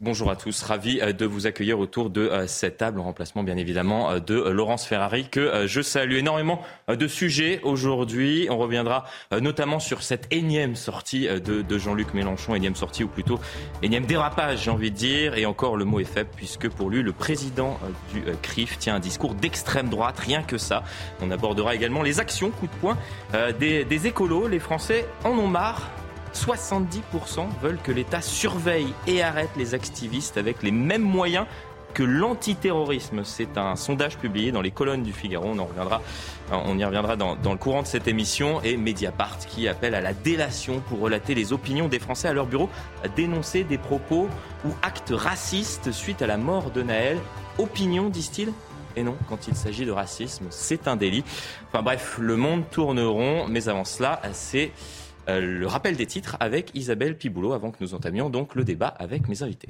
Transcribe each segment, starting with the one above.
Bonjour à tous, ravi de vous accueillir autour de cette table en remplacement bien évidemment de Laurence Ferrari que je salue. Énormément de sujets aujourd'hui, on reviendra notamment sur cette énième sortie de Jean-Luc Mélenchon, énième sortie ou plutôt énième dérapage j'ai envie de dire, et encore le mot est faible puisque pour lui le président du CRIF tient un discours d'extrême droite, rien que ça. On abordera également les actions coup de poing des écolos, les Français en ont marre. 70% veulent que l'État surveille et arrête les activistes avec les mêmes moyens que l'antiterrorisme. C'est un sondage publié dans les colonnes du Figaro. On y reviendra dans le courant de cette émission. Et Mediapart qui appelle à la délation pour relater les opinions des Français à leur bureau, à dénoncer des propos ou actes racistes suite à la mort de Naël. Opinion, disent-ils ? Et non, quand il s'agit de racisme, c'est un délit. Enfin bref, le monde tourne rond. Mais avant cela, c'est le rappel des titres avec Isabelle Piboulot avant que nous entamions donc le débat avec mes invités.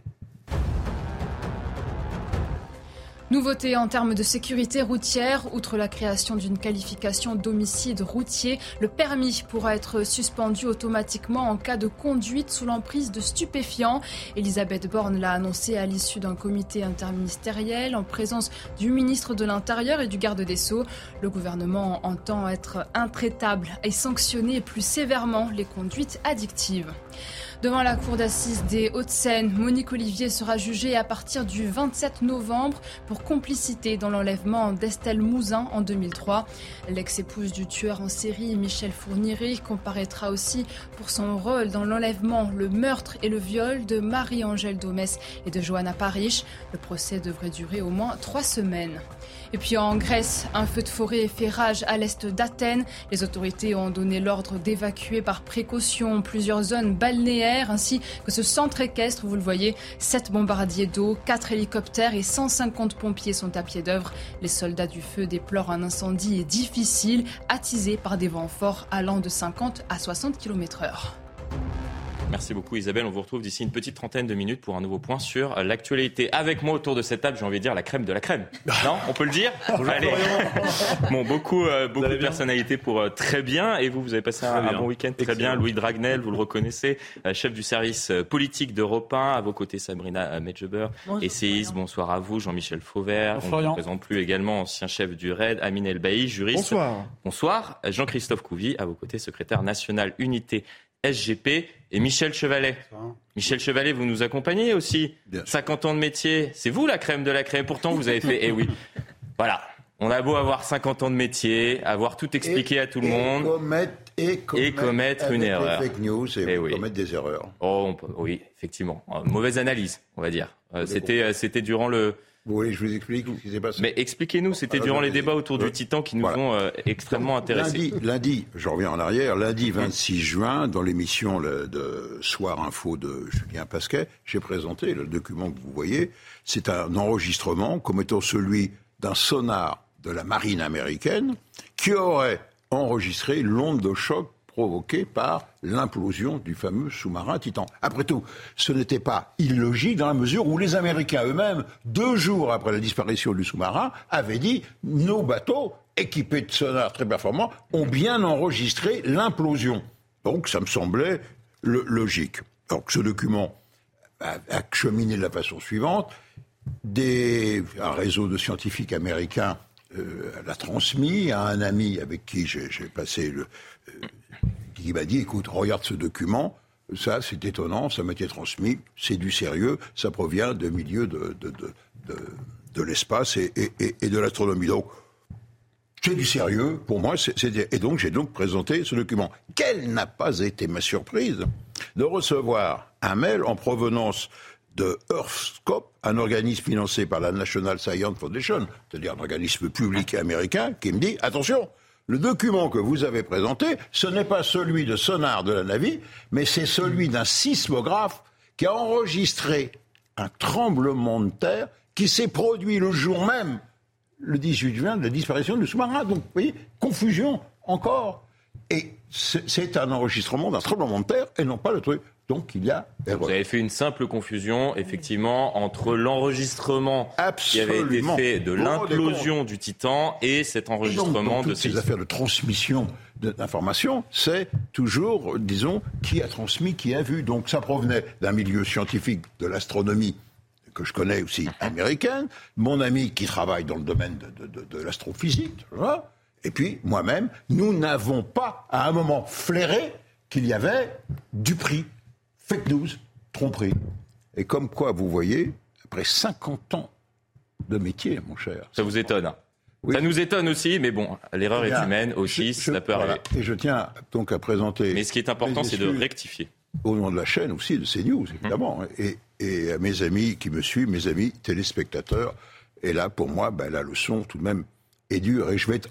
Nouveauté en termes de sécurité routière, outre la création d'une qualification d'homicide routier, le permis pourra être suspendu automatiquement en cas de conduite sous l'emprise de stupéfiants. Elisabeth Borne l'a annoncé à l'issue d'un comité interministériel en présence du ministre de l'Intérieur et du garde des Sceaux. Le gouvernement entend être intraitable et sanctionner plus sévèrement les conduites addictives. Devant la cour d'assises des Hauts-de-Seine, Monique Olivier sera jugée à partir du 27 novembre pour complicité dans l'enlèvement d'Estelle Mouzin en 2003. L'ex-épouse du tueur en série, Michel Fourniret, comparaîtra aussi pour son rôle dans l'enlèvement, le meurtre et le viol de Marie-Angèle Domès et de Johanna Parish. Le procès devrait durer au moins 3 semaines. Et puis en Grèce, un feu de forêt fait rage à l'est d'Athènes. Les autorités ont donné l'ordre d'évacuer par précaution plusieurs zones balnéaires ainsi que ce centre équestre. Vous le voyez, 7 bombardiers d'eau, 4 hélicoptères et 150 pompiers sont à pied d'œuvre. Les soldats du feu déplorent un incendie difficile, attisé par des vents forts allant de 50 à 60 km/h. Merci beaucoup Isabelle, on vous retrouve d'ici une petite trentaine de minutes pour un nouveau point sur l'actualité. Avec moi autour de cette table, j'ai envie de dire la crème de la crème. Non, on peut le dire ? Allez. Bon, beaucoup de personnalités pour très bien. Et vous avez passé un bon week-end ? Très bien. Louis Dragnel, vous le reconnaissez, chef du service politique d'Europe 1. À vos côtés, Sabrina Medjeber, essayiste. Bonsoir à vous. Jean-Michel Fauvert. On ne vous présente plus également, ancien chef du RAID. Amine Elbaï, juriste. Bonsoir. Jean-Christophe Couvi, à vos côtés, secrétaire national unité SGP, et Michel Chevalet. Michel Chevalet, vous nous accompagnez aussi. 50 ans de métier, c'est vous la crème de la crème. Pourtant, vous avez fait... oui, voilà. On a beau avoir 50 ans de métier, avoir tout expliqué à tout le monde... Et commettre une erreur. Fake news et commettre des erreurs. Oui, effectivement. Mauvaise analyse, on va dire. C'était durant le... Vous voulez que je vous explique ce qui s'est passé ? Mais expliquez-nous, c'était durant les débats autour du Titan qui nous ont extrêmement intéressés. Lundi, je reviens en arrière, lundi 26 juin, dans l'émission de Soir Info de Julien Pasquet, j'ai présenté le document que vous voyez. C'est un enregistrement comme étant celui d'un sonar de la marine américaine qui aurait enregistré l'onde de choc provoquée par l'implosion du fameux sous-marin Titan. Après tout, ce n'était pas illogique dans la mesure où les Américains eux-mêmes, 2 jours après la disparition du sous-marin, avaient dit « Nos bateaux, équipés de sonars très performants, ont bien enregistré l'implosion ». Donc ça me semblait logique. Donc ce document a cheminé de la façon suivante. Un réseau de scientifiques américains l'a transmis à un ami avec qui j'ai passé qui m'a dit, écoute, regarde ce document, ça c'est étonnant, ça m'a été transmis, c'est du sérieux, ça provient de milieux de l'espace et de l'astronomie. Donc, c'est du sérieux, pour moi, et donc j'ai présenté ce document. Quelle n'a pas été ma surprise de recevoir un mail en provenance de Earthscope, un organisme financé par la National Science Foundation, c'est-à-dire un organisme public américain, qui me dit, attention, le document que vous avez présenté, ce n'est pas celui de sonar de la Navy, mais c'est celui d'un sismographe qui a enregistré un tremblement de terre qui s'est produit le jour même, le 18 juin, de la disparition du sous-marin. Donc, vous voyez, confusion encore. Et c'est un enregistrement d'un tremblement de terre et non pas le truc. Donc il y a erreur. Vous avez fait une simple confusion, effectivement, entre l'enregistrement qui avait été fait de l'implosion du Titan et cet enregistrement de ces affaires de transmission d'informations, c'est toujours, disons, qui a transmis, qui a vu. Donc ça provenait d'un milieu scientifique de l'astronomie que je connais aussi, américaine, mon ami qui travaille dans le domaine de l'astrophysique, voilà. Et puis moi-même, nous n'avons pas, à un moment, flairé qu'il y avait du prix. Fake news, tromperie. Et comme quoi, vous voyez, après 50 ans de métier, mon cher. Ça vous étonne, hein? Oui. Ça nous étonne aussi, mais bon, l'erreur est humaine aussi, ça peut arriver. Et je tiens donc à présenter... Mais ce qui est important, c'est de rectifier. Au nom de la chaîne aussi, de CNews, évidemment. Et à mes amis qui me suivent, mes amis téléspectateurs. Et là, pour moi, la leçon, tout de même, est dure. Et je vais être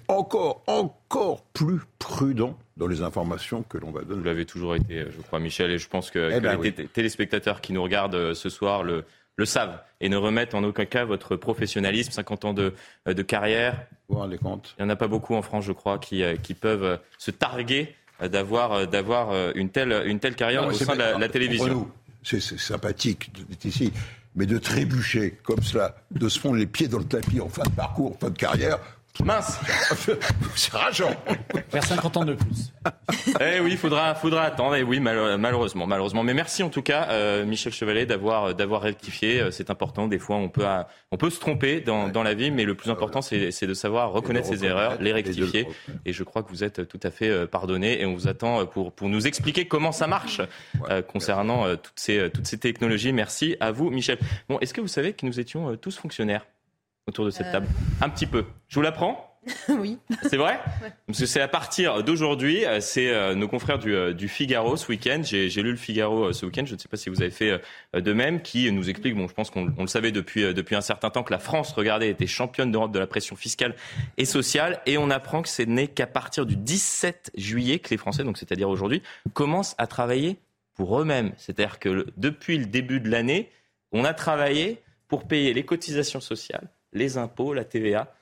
encore plus prudent dans les informations que l'on va donner. Vous l'avez toujours été, je crois, Michel. Et je pense que les téléspectateurs qui nous regardent ce soir le savent et ne remettent en aucun cas votre professionnalisme. 50 ans de carrière. Vous vous rendez compte ? Il n'y en a pas beaucoup en France, je crois, qui peuvent se targuer d'avoir une telle carrière au sein de la télévision. C'est sympathique d'être ici, mais de trébucher comme cela, de se fondre les pieds dans le tapis en fin de parcours, en fin de carrière... Mince. C'est rageant. Faire 50 ans de plus. Eh oui, faudra attendre. Et oui, malheureusement. Mais merci en tout cas, Michel Chevalet, d'avoir rectifié. C'est important. Des fois, on peut se tromper dans la vie, mais le plus important, c'est de savoir reconnaître ses erreurs, les rectifier. Et je crois que vous êtes tout à fait pardonné. Et on vous attend pour nous expliquer comment ça marche concernant toutes ces technologies. Merci à vous, Michel. Bon, est-ce que vous savez que nous étions tous fonctionnaires autour de cette table? Un petit peu. Je vous l'apprends? Oui. C'est vrai? Ouais. Parce que c'est à partir d'aujourd'hui, c'est nos confrères du Figaro ce week-end. J'ai lu le Figaro ce week-end, je ne sais pas si vous avez fait de même, qui nous explique, je pense qu'on le savait depuis un certain temps, que la France, regardez, était championne d'Europe de la pression fiscale et sociale. Et on apprend que ce n'est qu'à partir du 17 juillet que les Français, donc c'est-à-dire aujourd'hui, commencent à travailler pour eux-mêmes. C'est-à-dire que depuis le début de l'année, on a travaillé pour payer les cotisations sociales, les impôts, la TVA.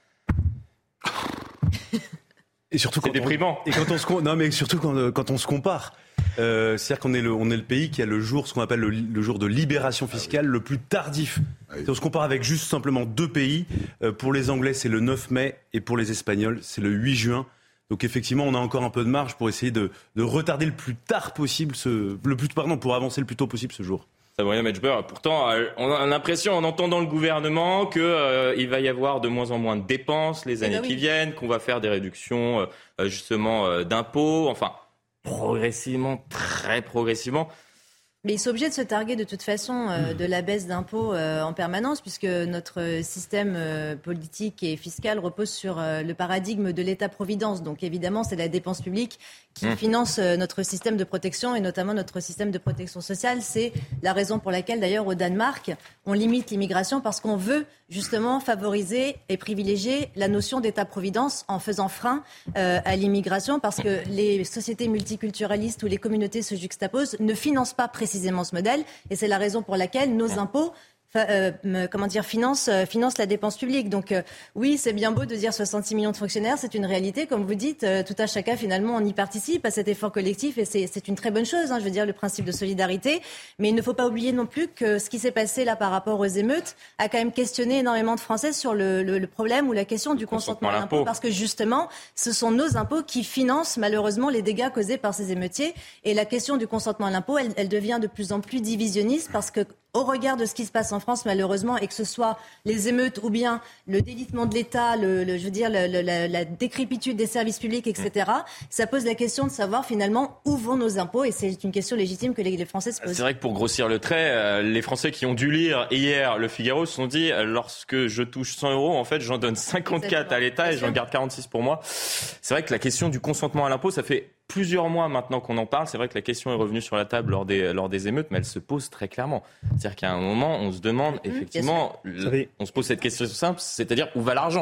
Et surtout c'est déprimant. Surtout quand on se compare. C'est-à-dire qu'on est le pays qui a le jour, ce qu'on appelle le jour de libération fiscale le plus tardif. Si on se compare avec juste simplement 2 pays, pour les Anglais c'est le 9 mai et pour les Espagnols c'est le 8 juin. Donc effectivement on a encore un peu de marge pour essayer de retarder le plus tard possible, pour avancer le plus tôt possible ce jour. Sabrina Medjber, pourtant, on a l'impression, en entendant le gouvernement, qu'il va y avoir de moins en moins de dépenses les années qui viennent, qu'on va faire des réductions justement d'impôts, enfin, progressivement, très progressivement. Mais ils sont obligés de se targuer de toute façon de la baisse d'impôts en permanence, puisque notre système politique et fiscal repose sur le paradigme de l'État-providence. Donc évidemment, c'est la dépense publique qui finance notre système de protection et notamment notre système de protection sociale. C'est la raison pour laquelle, d'ailleurs, au Danemark, on limite l'immigration parce qu'on veut justement favoriser et privilégier la notion d'État-providence en faisant frein à l'immigration, parce que les sociétés multiculturalistes où les communautés se juxtaposent ne financent pas précisément ce modèle, et c'est la raison pour laquelle nos impôts finance la dépense publique. Donc oui, c'est bien beau de dire 66 millions de fonctionnaires, c'est une réalité, comme vous dites, tout un chacun finalement on y participe à cet effort collectif et c'est une très bonne chose, je veux dire le principe de solidarité, mais il ne faut pas oublier non plus que ce qui s'est passé là par rapport aux émeutes a quand même questionné énormément de Français sur le problème ou la question du consentement à l'impôt, parce que justement ce sont nos impôts qui financent malheureusement les dégâts causés par ces émeutiers, et la question du consentement à l'impôt elle devient de plus en plus divisionniste, parce que au regard de ce qui se passe en France, malheureusement, et que ce soit les émeutes ou bien le délitement de l'État, la décrépitude des services publics, etc., ça pose la question de savoir finalement où vont nos impôts, et c'est une question légitime que les Français se posent. C'est vrai que pour grossir le trait, les Français qui ont dû lire hier le Figaro se sont dit, lorsque je touche 100 €, en fait, j'en donne 54 à l'État et j'en garde 46 pour moi. C'est vrai que la question du consentement à l'impôt, ça fait plusieurs mois maintenant qu'on en parle. C'est vrai que la question est revenue sur la table lors des émeutes, mais elle se pose très clairement. C'est-à-dire qu'à un moment, on se demande, effectivement, on se pose cette question simple, c'est-à-dire où va l'argent ?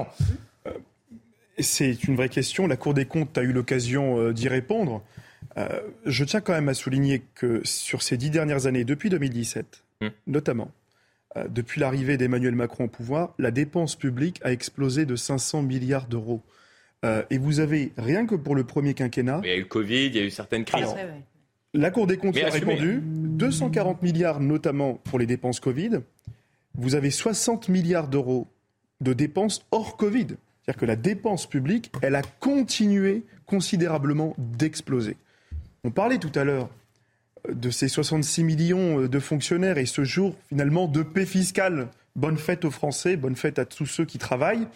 C'est une vraie question. La Cour des comptes a eu l'occasion d'y répondre. Je tiens quand même à souligner que sur ces 10 dernières années, depuis 2017, notamment, depuis l'arrivée d'Emmanuel Macron au pouvoir, la dépense publique a explosé de 500 milliards d'euros. Et vous avez, rien que pour le premier quinquennat... Il y a eu le Covid, il y a eu certaines crises. Alors, la Cour des comptes a répondu. 240 milliards notamment pour les dépenses Covid. Vous avez 60 milliards d'euros de dépenses hors Covid. C'est-à-dire que la dépense publique, elle a continué considérablement d'exploser. On parlait tout à l'heure de ces 66 millions de fonctionnaires et ce jour, finalement, de paix fiscale. Bonne fête aux Français, bonne fête à tous ceux qui travaillent.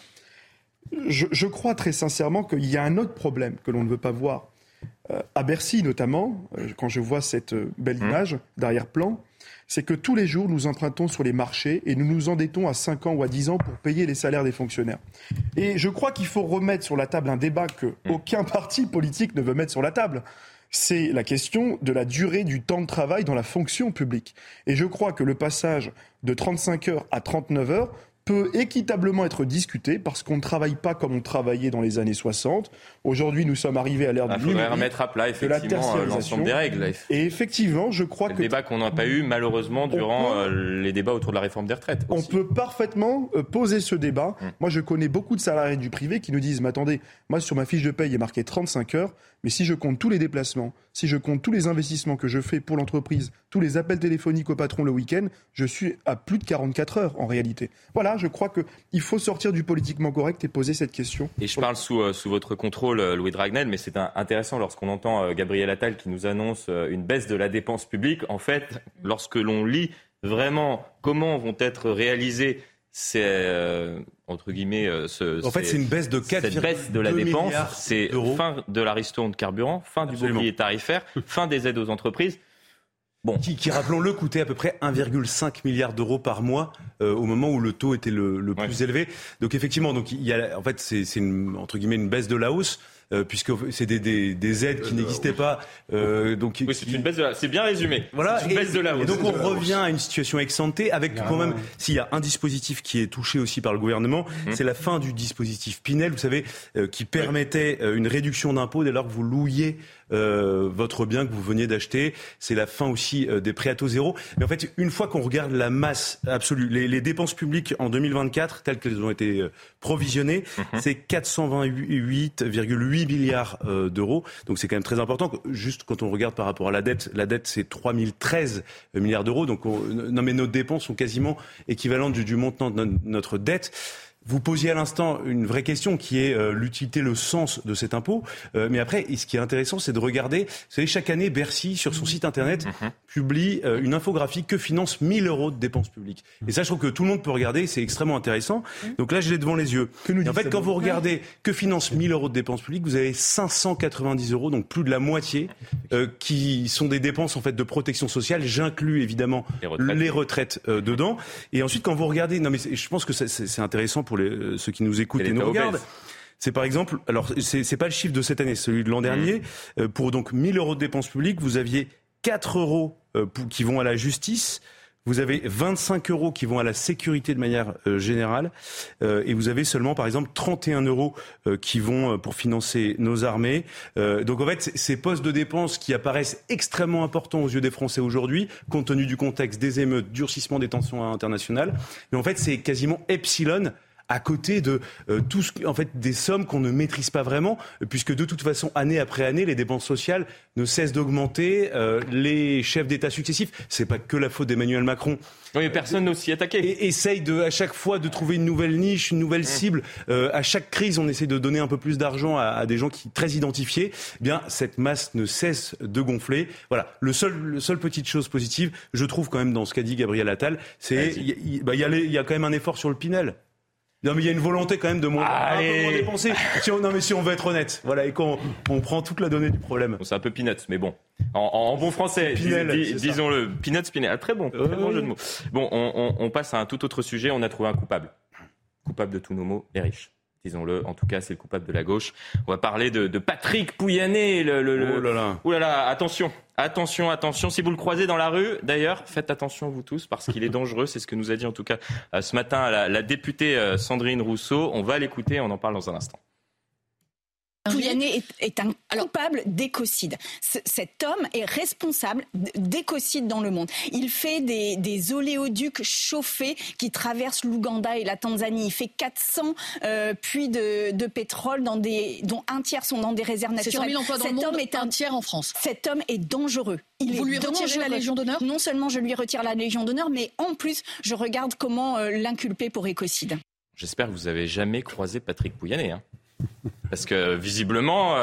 Je crois très sincèrement qu'il y a un autre problème que l'on ne veut pas voir. À Bercy, notamment, quand je vois cette belle image d'arrière-plan, c'est que tous les jours, nous empruntons sur les marchés et nous nous endettons à 5 ans ou à 10 ans pour payer les salaires des fonctionnaires. Et je crois qu'il faut remettre sur la table un débat qu'aucun parti politique ne veut mettre sur la table. C'est la question de la durée du temps de travail dans la fonction publique. Et je crois que le passage de 35 heures à 39 heures peut équitablement être discuté parce qu'on ne travaille pas comme on travaillait dans les années 60. Aujourd'hui, nous sommes arrivés à l'ère du numérique. Il faudrait remettre à plat, effectivement, l'ensemble des règles. Et effectivement, je crois que... C'est le débat qu'on n'a pas eu, malheureusement, durant les débats autour de la réforme des retraites. Aussi. On peut parfaitement poser ce débat. Moi, je connais beaucoup de salariés du privé qui nous disent « Mais attendez, moi, sur ma fiche de paye, il est marqué 35 heures, mais si je compte tous les déplacements, si je compte tous les investissements que je fais pour l'entreprise, tous les appels téléphoniques au patron le week-end, je suis à plus de 44 heures en réalité. » Voilà, je crois qu'il faut sortir du politiquement correct et poser cette question. Et je parle sous votre contrôle, Louis Dragnel, mais c'est intéressant lorsqu'on entend Gabriel Attal qui nous annonce une baisse de la dépense publique. En fait, lorsque l'on lit vraiment comment vont être réalisés entre guillemets, c'est une baisse de 4,2 cette baisse de la dépense, c'est d'euros. Fin de la ristourne de carburant, fin du bouclier tarifaire, fin des aides aux entreprises. Bon. Qui, rappelons-le, coûtait à peu près 1,5 milliard d'euros par mois au moment où le taux était le plus élevé. Donc effectivement, il y a, en fait, c'est entre guillemets une baisse de la hausse. Puisque c'est des aides qui n'existaient pas. Donc, oui, c'est une baisse de la... C'est bien résumé. Voilà, c'est une baisse de la hausse. Et donc on revient à une situation ex ante avec quand même, s'il y a un dispositif qui est touché aussi par le gouvernement, c'est la fin du dispositif Pinel, vous savez, qui permettait une réduction d'impôt dès lors que vous louiez votre bien que vous veniez d'acheter. C'est la fin aussi des prêts à taux zéro. Mais en fait, une fois qu'on regarde la masse absolue, les dépenses publiques en 2024, telles qu'elles ont été provisionnées, c'est 428,8 milliards d'euros. Donc c'est quand même très important. Juste quand on regarde par rapport à la dette c'est 3013 milliards d'euros. Donc non mais nos dépenses sont quasiment équivalentes du montant de notre dette. Vous posiez à l'instant une vraie question qui est l'utilité, le sens de cet impôt. Mais après, ce qui est intéressant, c'est de regarder. Vous savez, chaque année, Bercy, sur son site internet, publie une infographie que finance 1 000 euros de dépenses publiques. Et ça, je trouve que tout le monde peut regarder. C'est extrêmement intéressant. Donc là, je l'ai devant les yeux. Et en fait, quand vous regardez que finance 1 000 euros de dépenses publiques, vous avez 590 euros, donc plus de la moitié, qui sont des dépenses en fait de protection sociale. J'inclus évidemment les retraites dedans. Et ensuite, quand vous regardez, non mais je pense que c'est intéressant pour ceux qui nous écoutent et nous regardent. C'est par exemple, alors c'est pas le chiffre de cette année, c'est celui de l'an dernier. Pour donc 1 000 euros de dépenses publiques, vous aviez 4 euros qui vont à la justice. Vous avez 25 euros qui vont à la sécurité de manière générale. Et vous avez seulement, par exemple, 31 euros qui vont pour financer nos armées. Donc en fait, ces postes de dépenses qui apparaissent extrêmement importants aux yeux des Français aujourd'hui, compte tenu du contexte des émeutes, durcissement des tensions internationales. Mais en fait, c'est quasiment epsilon à côté de des sommes qu'on ne maîtrise pas vraiment, puisque de toute façon, année après année, les dépenses sociales ne cessent d'augmenter. Les chefs d'État successifs, c'est pas que la faute d'Emmanuel Macron. Oui, personne n'ose s'y attaquer. Et essaye à chaque fois de trouver une nouvelle niche, une nouvelle cible. À chaque crise, on essaie de donner un peu plus d'argent à des gens très identifiés. Eh bien, cette masse ne cesse de gonfler. Voilà. Le seul petite chose positive, je trouve quand même dans ce qu'a dit Gabriel Attal, c'est il y a quand même un effort sur le Pinel. Non mais il y a une volonté quand même de un peu moins dépenser. Si on veut être honnête, voilà, et qu'on prend toute la donnée du problème. Bon, c'est un peu peanuts, mais bon, en bon français, disons-le, peanuts, Pinel, très bon jeu de mots. Bon, on passe à un tout autre sujet. On a trouvé un coupable de tous nos maux, les riches. Disons-le, en tout cas, c'est le coupable de la gauche. On va parler de Patrick Pouyanné. Oh là là, attention. Si vous le croisez dans la rue, d'ailleurs, faites attention vous tous, parce qu'il est dangereux. C'est ce que nous a dit en tout cas ce matin la députée Sandrine Rousseau. On va l'écouter, on en parle dans un instant. Pouyanné est un coupable d'écocide. Cet homme est responsable d'écocide dans le monde. Il fait des oléoducs chauffés qui traversent l'Ouganda et la Tanzanie. Il fait 400 puits de pétrole dont un tiers sont dans des réserves naturelles. C'est 100 000 emplois dans le monde, un tiers en France. Cet homme est dangereux. Vous lui retirez la Légion d'honneur ? Non seulement je lui retire la Légion d'honneur, mais en plus, je regarde comment l'inculper pour écocide. J'espère que vous n'avez jamais croisé Patrick Pouyanné. Parce que visiblement,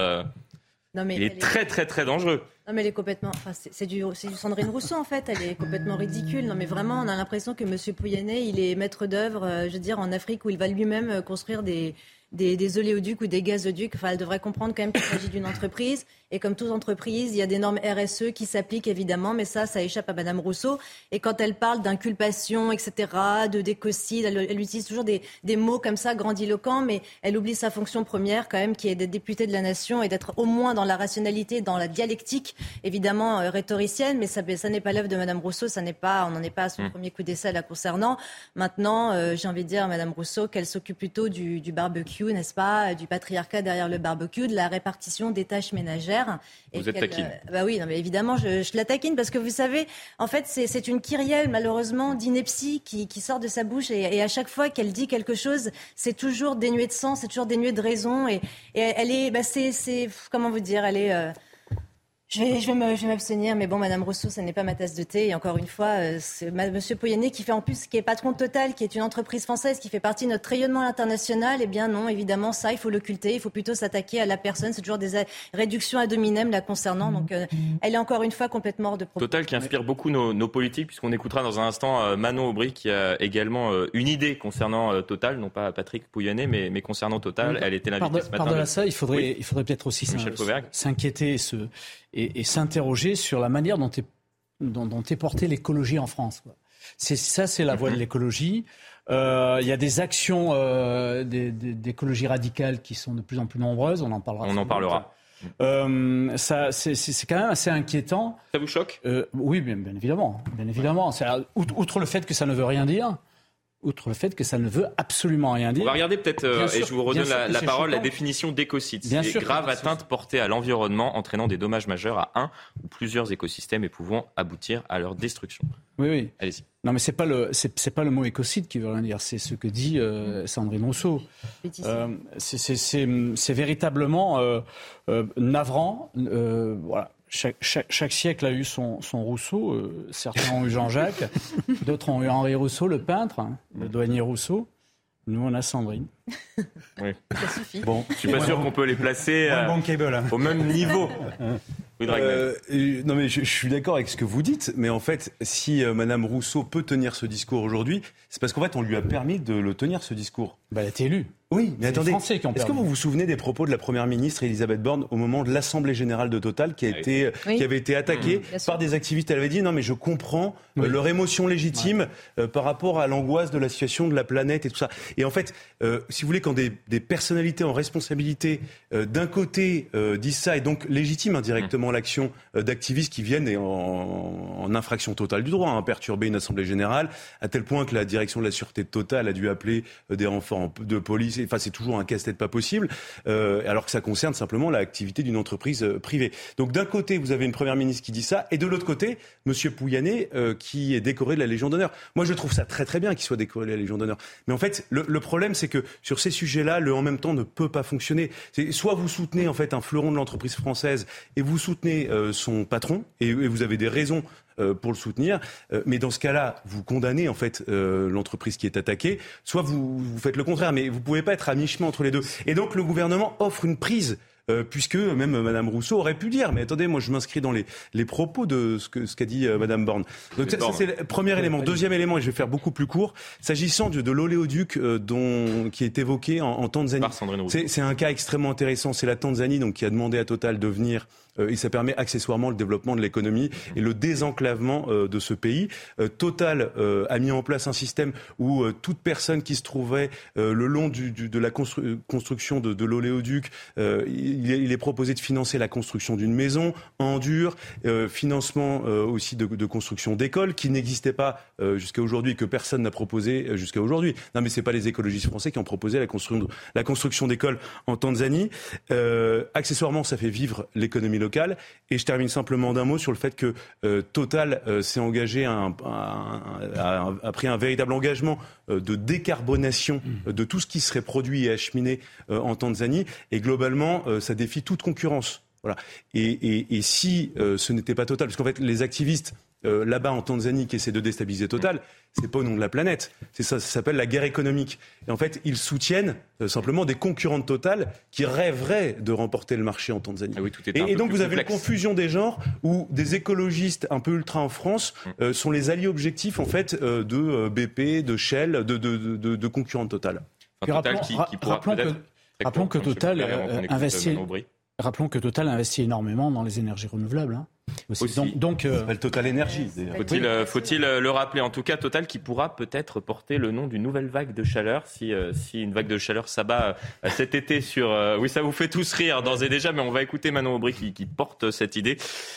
il est très très très dangereux. Non mais elle est complètement... c'est du Sandrine Rousseau en fait, elle est complètement ridicule. Non mais vraiment, on a l'impression que M. Pouyanné, il est maître d'œuvre, en Afrique où il va lui-même construire des oléoducs ou des gazoducs. Enfin, elle devrait comprendre quand même qu'il s'agit d'une entreprise. Et comme toute entreprise, il y a des normes RSE qui s'appliquent évidemment, mais ça échappe à Madame Rousseau. Et quand elle parle d'inculpation, etc., d'écocide, elle utilise toujours des mots comme ça, grandiloquents, mais elle oublie sa fonction première quand même, qui est d'être députée de la nation et d'être au moins dans la rationalité, dans la dialectique, évidemment rhétoricienne. Mais ça n'est pas l'œuvre de Madame Rousseau, on n'en est pas à son premier coup d'essai là concernant. Maintenant, j'ai envie de dire à Madame Rousseau qu'elle s'occupe plutôt du barbecue, n'est-ce pas, du patriarcat derrière le barbecue, de la répartition des tâches ménagères. Vous êtes taquine. Bah oui, non, mais évidemment, je la taquine parce que vous savez, en fait, c'est une kyrielle, malheureusement, d'ineptie qui sort de sa bouche et à chaque fois qu'elle dit quelque chose, c'est toujours dénué de sens, c'est toujours dénué de raison et elle est, comment vous dire, elle est... Je vais m'abstenir, mais bon, Madame Rousseau, ça n'est pas ma tasse de thé. Et encore une fois, c'est Monsieur Pouyanné qui est patron de Total, qui est une entreprise française, qui fait partie de notre rayonnement international. Eh bien non, évidemment, ça, il faut l'occulter. Il faut plutôt s'attaquer à la personne. C'est toujours des réductions ad hominem la concernant. Donc, elle est encore une fois complètement hors de propos. Total qui inspire beaucoup nos politiques, puisqu'on écoutera dans un instant Manon Aubry, qui a également une idée concernant Total, non pas Patrick Pouyanné, mais concernant Total. Elle était l'invitée ce matin. Par-delà ça, il faudrait peut-être aussi s'inquiéter et s'interroger sur la manière dont est portée l'écologie en France. C'est la voie de l'écologie. Il y a des actions d'écologie radicale qui sont de plus en plus nombreuses. On en parlera. C'est quand même assez inquiétant. Ça vous choque ? Oui, bien évidemment. Outre le fait que ça ne veut rien dire. Outre le fait que ça ne veut absolument rien dire. On va regarder peut-être, et je vous redonne la parole, la définition d'écocide. C'est grave atteinte portée à l'environnement, entraînant des dommages majeurs à un ou plusieurs écosystèmes et pouvant aboutir à leur destruction. Oui. Allez-y. Non, mais c'est pas le mot écocide qui veut rien dire. C'est ce que dit Sandrine Rousseau. C'est véritablement navrant. Voilà. Chaque siècle a eu son Rousseau. Certains ont eu Jean-Jacques, d'autres ont eu Henri Rousseau, le peintre, le douanier Rousseau. Nous, on a Sandrine. Oui. Ça suffit. Bon, je suis pas sûr qu'on peut les placer au même niveau. Non mais je suis d'accord avec ce que vous dites, mais en fait, si Madame Rousseau peut tenir ce discours aujourd'hui, c'est parce qu'en fait, on lui a permis de le tenir, ce discours. Elle a été élue. Oui, mais attendez, est-ce que vous vous souvenez des propos de la Première ministre Elisabeth Borne au moment de l'Assemblée Générale de Total qui avait été attaquée par des activistes? Elle avait dit non mais je comprends leur émotion légitime par rapport à l'angoisse de la situation de la planète et tout ça. Et en fait, si vous voulez, quand des personnalités en responsabilité d'un côté disent ça et donc légitiment indirectement l'action d'activistes qui viennent en infraction totale du droit, perturber une Assemblée Générale, à tel point que la direction de la sûreté de Total a dû appeler des renforts de police. Enfin, c'est toujours un casse-tête pas possible, alors que ça concerne simplement l'activité d'une entreprise privée. Donc d'un côté, vous avez une première ministre qui dit ça, et de l'autre côté, Monsieur Pouyanné qui est décoré de la Légion d'honneur. Moi, je trouve ça très très bien qu'il soit décoré de la Légion d'honneur. Mais en fait, le problème, c'est que sur ces sujets-là, le en même temps ne peut pas fonctionner. Soit vous soutenez en fait un fleuron de l'entreprise française et vous soutenez son patron, et vous avez des raisons pour le soutenir, mais dans ce cas-là, vous condamnez en fait l'entreprise qui est attaquée, soit vous faites le contraire, mais vous pouvez pas être à mi-chemin entre les deux. Et donc le gouvernement offre une prise, puisque même Madame Rousseau aurait pu dire, mais attendez, moi je m'inscris dans les propos de ce qu'a dit Madame Borne. Donc ça c'est le premier élément. Deuxième élément, et je vais faire beaucoup plus court, s'agissant de l'oléoduc qui est évoqué en Tanzanie. Par Sandrine Rousseau. C'est un cas extrêmement intéressant. C'est la Tanzanie donc qui a demandé à Total de venir et ça permet accessoirement le développement de l'économie et le désenclavement de ce pays. Total a mis en place un système où toute personne qui se trouvait le long de la construction de l'oléoduc, il est proposé de financer la construction d'une maison en dur, financement aussi de construction d'écoles qui n'existait pas jusqu'à aujourd'hui, que personne n'a proposé jusqu'à aujourd'hui. Non, mais c'est pas les écologistes français qui ont proposé la construction d'écoles en Tanzanie. Accessoirement, ça fait vivre l'économie locale. Et je termine simplement d'un mot sur le fait que Total s'est engagé, a pris un véritable engagement de décarbonation de tout ce qui serait produit et acheminé en Tanzanie. Et globalement, ça défie toute concurrence. Voilà. Et si ce n'était pas Total, parce qu'en fait, les activistes là-bas en Tanzanie qui essaient de déstabiliser Total, c'est pas au nom de la planète. Ça s'appelle la guerre économique. Et en fait, ils soutiennent simplement des concurrents de Total qui rêveraient de remporter le marché en Tanzanie. Ah oui, et donc vous avez une confusion des genres où des écologistes un peu ultra en France sont les alliés objectifs en fait de BP, de Shell, de concurrents de Total. Enfin, Total rappelons que Total investit. Rappelons que Total investit énormément dans les énergies renouvelables. Aussi. Donc, Total Énergie. Faut-il le rappeler? En tout cas, Total qui pourra peut-être porter le nom d'une nouvelle vague de chaleur si une vague de chaleur s'abat cet été sur. Oui, ça vous fait tous rire d'ores et déjà, mais on va écouter Manon Aubry qui porte cette idée.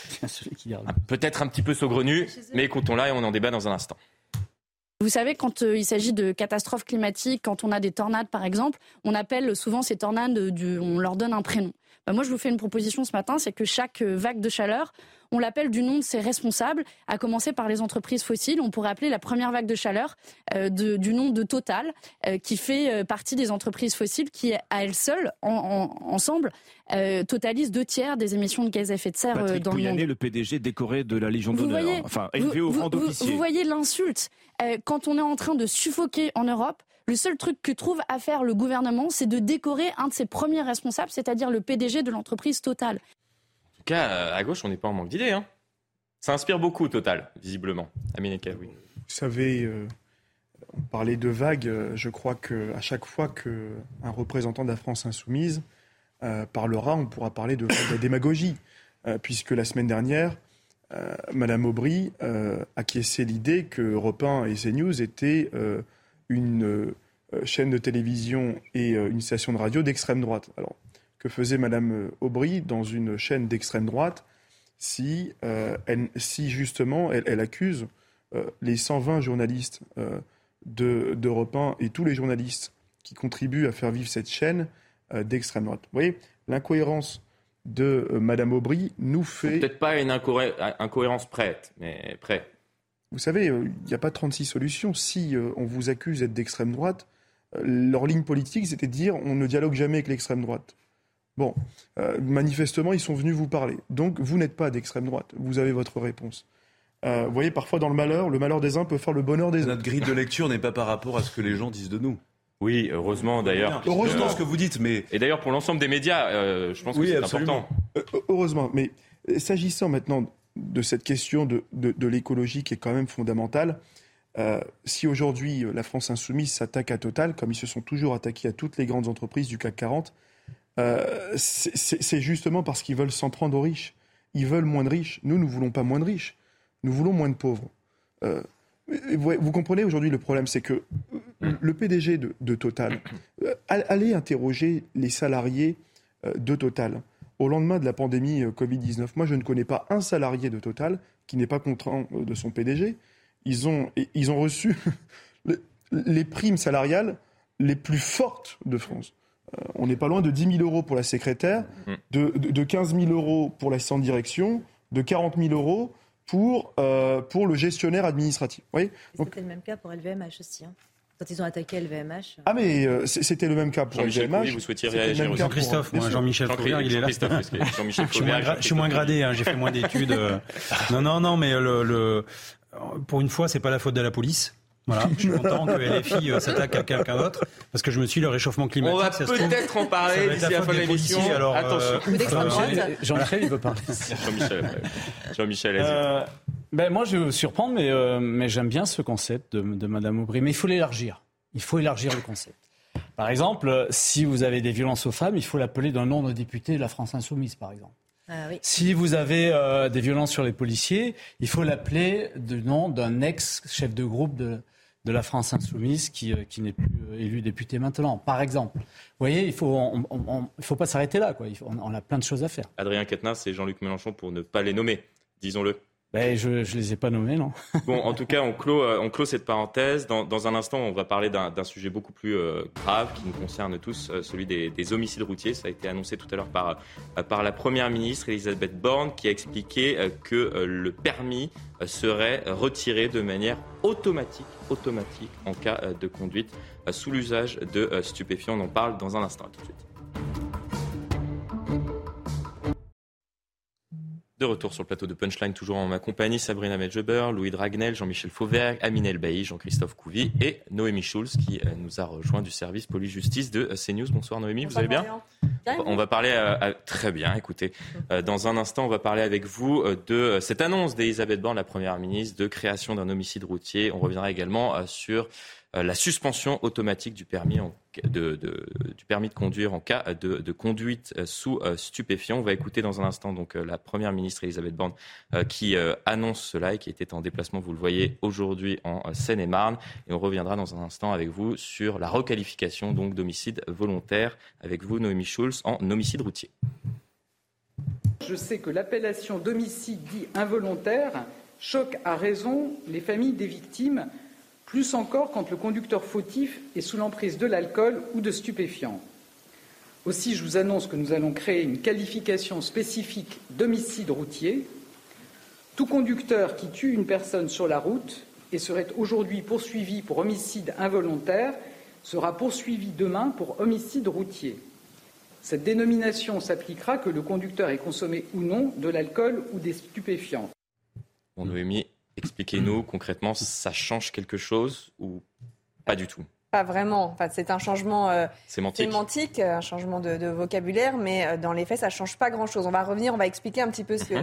Peut-être un petit peu saugrenue, mais écoutons-la et on en débat dans un instant. Vous savez, quand il s'agit de catastrophes climatiques, quand on a des tornades par exemple, on appelle souvent ces tornades, on leur donne un prénom. Moi, je vous fais une proposition ce matin, c'est que chaque vague de chaleur, on l'appelle du nom de ses responsables, à commencer par les entreprises fossiles. On pourrait appeler la première vague de chaleur du nom de Total, qui fait partie des entreprises fossiles qui, à elles seules, ensemble, totalisent 2/3 des émissions de gaz à effet de serre dans le monde. Le PDG décoré de la Légion d'honneur, élevé au rang d'officier. Vous voyez l'insulte. Quand on est en train de suffoquer en Europe, le seul truc que trouve à faire le gouvernement, c'est de décorer un de ses premiers responsables, c'est-à-dire le PDG de l'entreprise Total. En tout cas, à gauche, on n'est pas en manque d'idées. Ça inspire beaucoup, Total, visiblement. Aminé Kaoui. Vous savez, on parlait de vagues. Je crois qu'à chaque fois qu'un représentant de la France insoumise parlera, on pourra parler de vague de démagogie. Puisque la semaine dernière, Madame Aubry acquiesçait l'idée que Europe 1 et CNews étaient une chaîne de télévision et une station de radio d'extrême droite. Alors, que faisait Madame Aubry dans une chaîne d'extrême droite si justement elle accuse les 120 journalistes d'Europe 1 et tous les journalistes qui contribuent à faire vivre cette chaîne d'extrême droite. Vous voyez, l'incohérence de Madame Aubry nous fait... Peut-être pas une incohérence prête, mais prêt. Vous savez, il n'y a pas 36 solutions. Si on vous accuse d'être d'extrême droite, leur ligne politique, c'était de dire on ne dialogue jamais avec l'extrême droite. Bon, manifestement, ils sont venus vous parler. Donc, vous n'êtes pas d'extrême droite. Vous avez votre réponse. Vous voyez, parfois, dans le malheur des uns peut faire le bonheur des autres. Notre grille de lecture n'est pas par rapport à ce que les gens disent de nous. Oui, heureusement d'ailleurs. Heureusement ce que vous dites, mais... Et d'ailleurs, pour l'ensemble des médias, je pense que c'est absolument important. Heureusement, mais s'agissant maintenant de cette question de l'écologie qui est quand même fondamentale, si aujourd'hui la France insoumise s'attaque à Total, comme ils se sont toujours attaqués à toutes les grandes entreprises du CAC 40, c'est justement parce qu'ils veulent s'en prendre aux riches. Ils veulent moins de riches. Nous ne voulons pas moins de riches. Nous voulons moins de pauvres. Vous comprenez aujourd'hui le problème, c'est que le PDG de Total, allez interroger les salariés de Total. Au lendemain de la pandémie Covid-19, moi je ne connais pas un salarié de Total qui n'est pas content de son PDG. Ils ont reçu les primes salariales les plus fortes de France. On n'est pas loin de 10 000 euros pour la secrétaire, de 15 000 euros pour l'assistant de direction, de 40 000 euros pour le gestionnaire administratif. Vous voyez ? Donc, c'était le même cas pour LVMH aussi. Quand ils ont attaqué LVMH. Ah mais c'était le même cas pour Jean-Michel LVMH. Fauvergue, vous souhaitiez réagir aussi. Jean-Christophe, Jean-Michel Fauvergue, il est là. Je suis moins gradé, j'ai fait moins d'études. Non, mais pour une fois, c'est pas la faute de la police. Voilà, je suis content que LFI s'attaque à quelqu'un d'autre, parce que je me suis le réchauffement climatique. On va peut-être en parler d'ici la fin de l'émission. Alors, attention. Jean-Michel, il veut parler. Jean-Michel, vas-y. Moi, je vais vous surprendre, mais j'aime bien ce concept de Madame Aubry. Mais il faut l'élargir. Il faut élargir le concept. Par exemple, si vous avez des violences aux femmes, il faut l'appeler d'un nom de député de la France Insoumise, par exemple. Ah, oui. Si vous avez des violences sur les policiers, il faut l'appeler du nom d'un ex-chef de groupe de la France Insoumise qui n'est plus élu député maintenant, par exemple. Vous voyez, il faut pas s'arrêter là, quoi. On a plein de choses à faire. Adrien Quatennens et Jean-Luc Mélenchon, pour ne pas les nommer, disons-le. Je les ai pas nommés, non. Bon, en tout cas, on clôt cette parenthèse. Dans un instant, on va parler d'un sujet beaucoup plus grave qui nous concerne tous, celui des homicides routiers. Ça a été annoncé tout à l'heure par la Première ministre Elisabeth Borne, qui a expliqué que le permis serait retiré de manière automatique en cas de conduite sous l'usage de stupéfiants. On en parle dans un instant. À tout de suite. De retour sur le plateau de Punchline, toujours en ma compagnie, Sabrina Medjeber, Louis Dragnel, Jean-Michel Fauvergue, Amine Elbaï, Jean-Christophe Couvi et Noémie Schulz qui nous a rejoint du service police-justice de CNews. Bonsoir Noémie, vous allez bien ? On va parler très bien, écoutez. Dans un instant, on va parler avec vous de cette annonce d'Elisabeth Borne, la Première ministre, de création d'un homicide routier. On reviendra également sur la suspension automatique du permis de conduire en cas de conduite sous stupéfiants. On va écouter dans un instant donc la Première ministre Elisabeth Borne qui annonce cela et qui était en déplacement, vous le voyez, aujourd'hui en Seine-et-Marne. Et on reviendra dans un instant avec vous sur la requalification donc d'homicide volontaire avec vous, Noémie Schulz, en homicide routier. Je sais que l'appellation d'homicide dit involontaire choque à raison les familles des victimes, plus encore quand le conducteur fautif est sous l'emprise de l'alcool ou de stupéfiants. Aussi, je vous annonce que nous allons créer une qualification spécifique d'homicide routier. Tout conducteur qui tue une personne sur la route et serait aujourd'hui poursuivi pour homicide involontaire sera poursuivi demain pour homicide routier. Cette dénomination s'appliquera que le conducteur ait consommé ou non de l'alcool ou des stupéfiants. Bon, Noémie, expliquez-nous concrètement, ça change quelque chose ou pas du tout ? Pas vraiment. Enfin, c'est un changement sémantique, un changement de vocabulaire, mais dans les faits, ça ne change pas grand-chose. On va expliquer un petit peu ce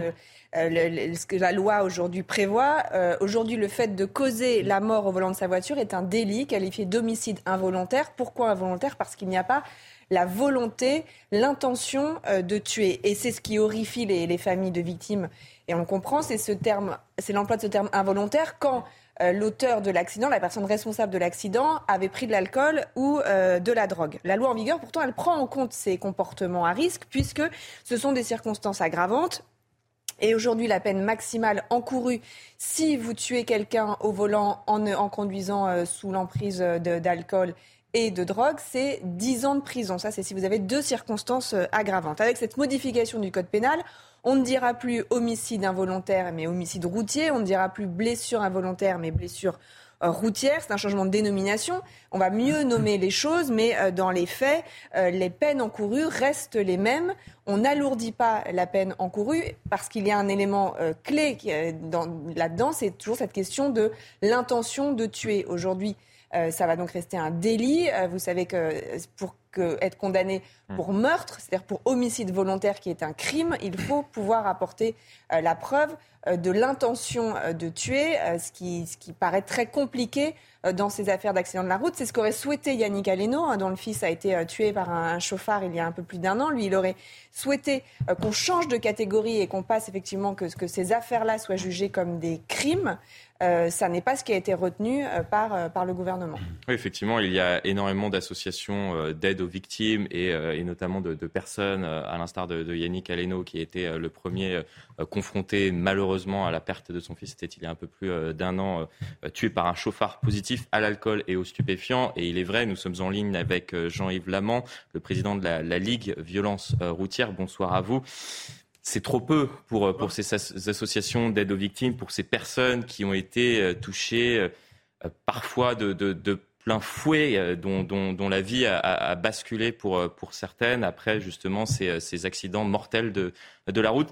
que la loi aujourd'hui prévoit. Aujourd'hui, le fait de causer la mort au volant de sa voiture est un délit qualifié d'homicide involontaire. Pourquoi involontaire ? Parce qu'il n'y a pas la volonté, l'intention de tuer. Et c'est ce qui horrifie les familles de victimes. Et on le comprend, c'est l'emploi de ce terme involontaire quand l'auteur de l'accident, la personne responsable de l'accident, avait pris de l'alcool ou de la drogue. La loi en vigueur, pourtant, elle prend en compte ces comportements à risque puisque ce sont des circonstances aggravantes. Et aujourd'hui, la peine maximale encourue si vous tuez quelqu'un au volant en conduisant sous l'emprise d'alcool et de drogue, c'est 10 ans de prison. Ça, c'est si vous avez 2 circonstances aggravantes. Avec cette modification du code pénal, on ne dira plus homicide involontaire, mais homicide routier. On ne dira plus blessure involontaire, mais blessure routière. C'est un changement de dénomination. On va mieux nommer les choses, mais dans les faits, les peines encourues restent les mêmes. On n'alourdit pas la peine encourue parce qu'il y a un élément clé là-dedans. C'est toujours cette question de l'intention de tuer. Aujourd'hui, ça va donc rester un délit. Vous savez que pour être condamné pour meurtre, c'est-à-dire pour homicide volontaire qui est un crime, il faut pouvoir apporter la preuve de l'intention de tuer, ce qui paraît très compliqué dans ces affaires d'accident de la route. C'est ce qu'aurait souhaité Yannick Aleno, dont le fils a été tué par un chauffard il y a un peu plus d'1 an. Lui, il aurait souhaité qu'on change de catégorie et qu'on passe effectivement que ces affaires-là soient jugées comme des crimes. Ça n'est pas ce qui a été retenu par le gouvernement. Oui, effectivement, il y a énormément d'associations d'aide aux victimes et notamment de personnes, à l'instar de Yannick Aleno, qui était le premier confronté malheureusement à la perte de son fils. C'était il y a un peu plus d'1 an, tué par un chauffard positif à l'alcool et aux stupéfiants. Et il est vrai, nous sommes en ligne avec Jean-Yves Lamant, le président de la Ligue Violence Routière. Bonsoir à vous. C'est trop peu pour ces associations d'aide aux victimes, pour ces personnes qui ont été touchées parfois de plein fouet, dont la vie a basculé pour certaines après justement ces accidents mortels de la route.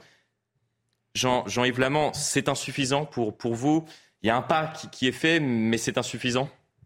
Jean-Yves Lamant, c'est insuffisant pour vous ? Il y a un pas qui est fait, mais c'est insuffisant ?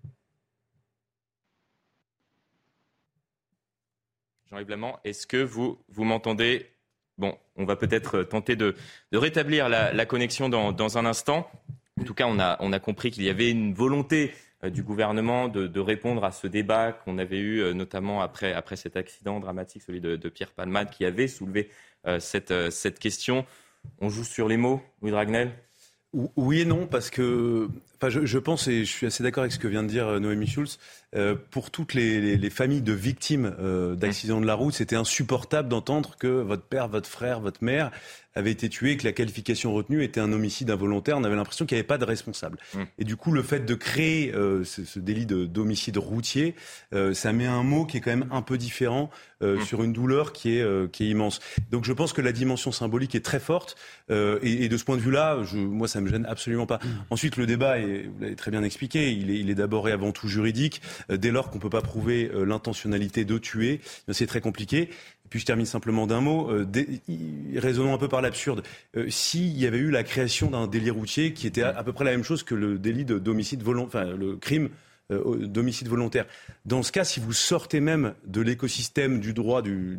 Jean-Yves Lamant, est-ce que vous m'entendez ? Bon, on va peut-être tenter de rétablir la connexion dans un instant. En tout cas, on a compris qu'il y avait une volonté du gouvernement de répondre à ce débat qu'on avait eu notamment après cet accident dramatique, celui de Pierre Palmade, qui avait soulevé cette question. On joue sur les mots, Louis Dragnel ? Oui et non, parce que je pense, et je suis assez d'accord avec ce que vient de dire Noémie Schulz, pour toutes les familles de victimes d'accidents de la route, c'était insupportable d'entendre que votre père, votre frère, votre mère avait été tué et que la qualification retenue était un homicide involontaire. On avait l'impression qu'il n'y avait pas de responsable. Et du coup, le fait de créer ce délit d'homicide routier, ça met un mot qui est quand même un peu différent sur une douleur qui est immense. Donc je pense que la dimension symbolique est très forte. Et de ce point de vue-là, moi, ça me gêne absolument pas. Ensuite, le débat, et vous l'avez très bien expliqué, il est d'abord et avant tout juridique. Dès lors qu'on ne peut pas prouver l'intentionnalité de tuer, c'est très compliqué. Et puis je termine simplement d'un mot, raisonnons un peu par l'absurde. S'il y avait eu la création d'un délit routier qui était à peu près la même chose que le délit d'homicide volontaire, enfin le crime d'homicide volontaire. Dans ce cas, si vous sortez même de l'écosystème du droit de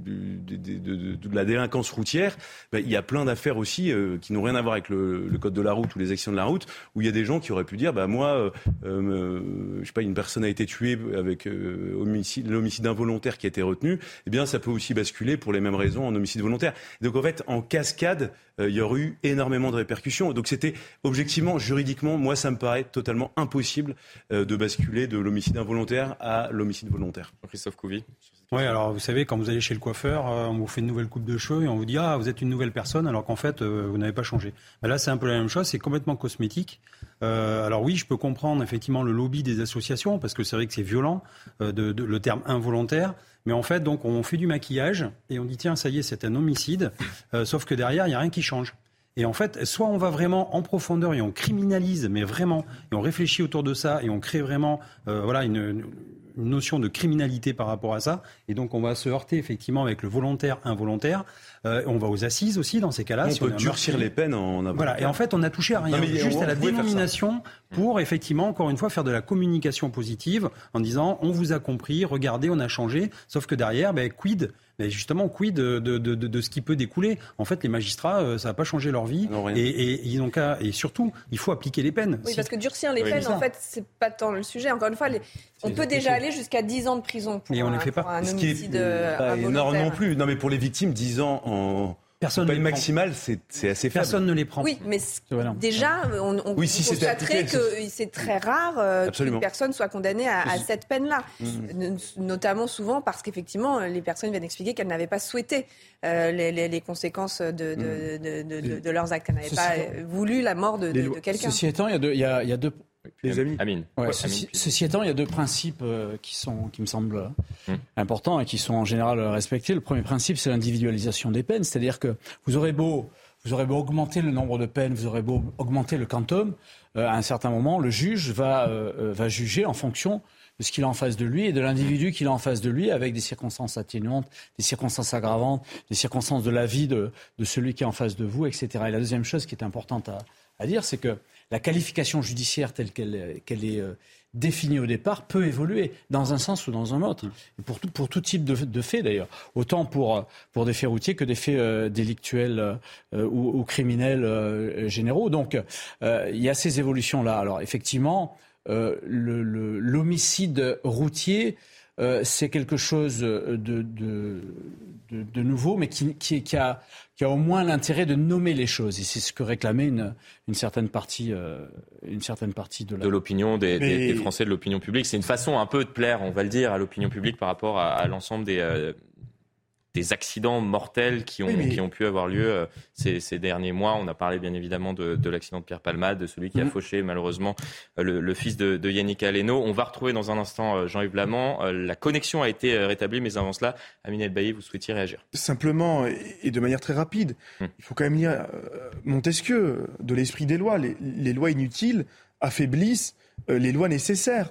la délinquance routière, il y a plein d'affaires aussi qui n'ont rien à voir avec le code de la route ou les accidents de la route, où il y a des gens qui auraient pu dire, moi, je sais pas, une personne a été tuée avec l'homicide involontaire qui a été retenu, eh bien, ça peut aussi basculer pour les mêmes raisons en homicide volontaire. Donc en fait, en cascade, il y aurait eu énormément de répercussions. Donc c'était objectivement, juridiquement, moi, ça me paraît totalement impossible de basculer de l'homicide involontaire à l'homicide volontaire. Christophe Couvi. Oui, alors vous savez, quand vous allez chez le coiffeur, on vous fait une nouvelle coupe de cheveux et on vous dit « Ah, vous êtes une nouvelle personne » alors qu'en fait, vous n'avez pas changé. Là, c'est un peu la même chose, c'est complètement cosmétique. Alors oui, je peux comprendre effectivement le lobby des associations, parce que c'est vrai que c'est violent, le terme involontaire. Mais en fait, donc, on fait du maquillage et on dit « Tiens, ça y est, c'est un homicide », sauf que derrière, il n'y a rien qui change. Et en fait, soit on va vraiment en profondeur et on criminalise, mais vraiment, et on réfléchit autour de ça et on crée vraiment une notion de criminalité par rapport à ça. Et donc, on va se heurter effectivement avec le volontaire, involontaire. On va aux assises aussi dans ces cas-là. On peut durcir les peines en avocat. Voilà. Et en fait, on n'a touché à rien, juste à la dénomination pour effectivement, encore une fois, faire de la communication positive en disant on vous a compris, regardez, on a changé. Sauf que derrière, quid ? Mais justement, quid de ce qui peut découler ? En fait, les magistrats, ça n'a pas changé leur vie. Et surtout, il faut appliquer les peines. Oui, parce que durcir les peines, en fait, c'est pas tant le sujet. Encore une fois, on peut déjà aller jusqu'à 10 ans de prison pour un homicide involontaire. Pas énorme non plus. Non, mais pour les victimes, 10 ans en... Personne peine maximale, c'est assez faible. Personne ne les prend. Oui, mais déjà, on constaterait que c'est très rare qu'une personne soit condamnée à cette peine-là. Notamment souvent parce qu'effectivement, les personnes viennent expliquer qu'elles n'avaient pas souhaité les conséquences de leurs actes. Elles n'avaient pas voulu la mort de quelqu'un. Ceci étant, il y a deux... Les amis. Amine. Ceci étant, il y a deux principes qui me semblent importants et qui sont en général respectés. Le premier principe, c'est l'individualisation des peines. C'est-à-dire que vous aurez beau augmenter le nombre de peines, vous aurez beau augmenter le quantum, à un certain moment, le juge va juger en fonction de ce qu'il a en face de lui et de l'individu qu'il a en face de lui, avec des circonstances atténuantes, des circonstances aggravantes, des circonstances de la vie de celui qui est en face de vous, etc. Et la deuxième chose qui est importante à dire, c'est que la qualification judiciaire telle qu'elle est définie au départ peut évoluer dans un sens ou dans un autre. Et pour tout type de faits d'ailleurs. Autant pour des faits routiers que des faits délictuels ou criminels généraux. Donc il y a ces évolutions-là. Alors effectivement, l'homicide routier, c'est quelque chose de nouveau, mais qui a au moins l'intérêt de nommer les choses. Et c'est ce que réclamait une certaine partie de l'opinion des Français, de l'opinion publique. C'est une façon un peu de plaire, on va le dire, à l'opinion publique par rapport à l'ensemble des accidents mortels qui ont pu avoir lieu ces derniers mois. On a parlé bien évidemment de l'accident de Pierre Palmade, de celui qui a fauché malheureusement le fils de Yannick Aleno. On va retrouver dans un instant Jean-Yves Lamant. La connexion a été rétablie, mais avant cela, Amine El Bailly, vous souhaitiez réagir ? Simplement, et de manière très rapide, il faut quand même lire Montesquieu, de l'esprit des lois. Les lois inutiles affaiblissent les lois nécessaires.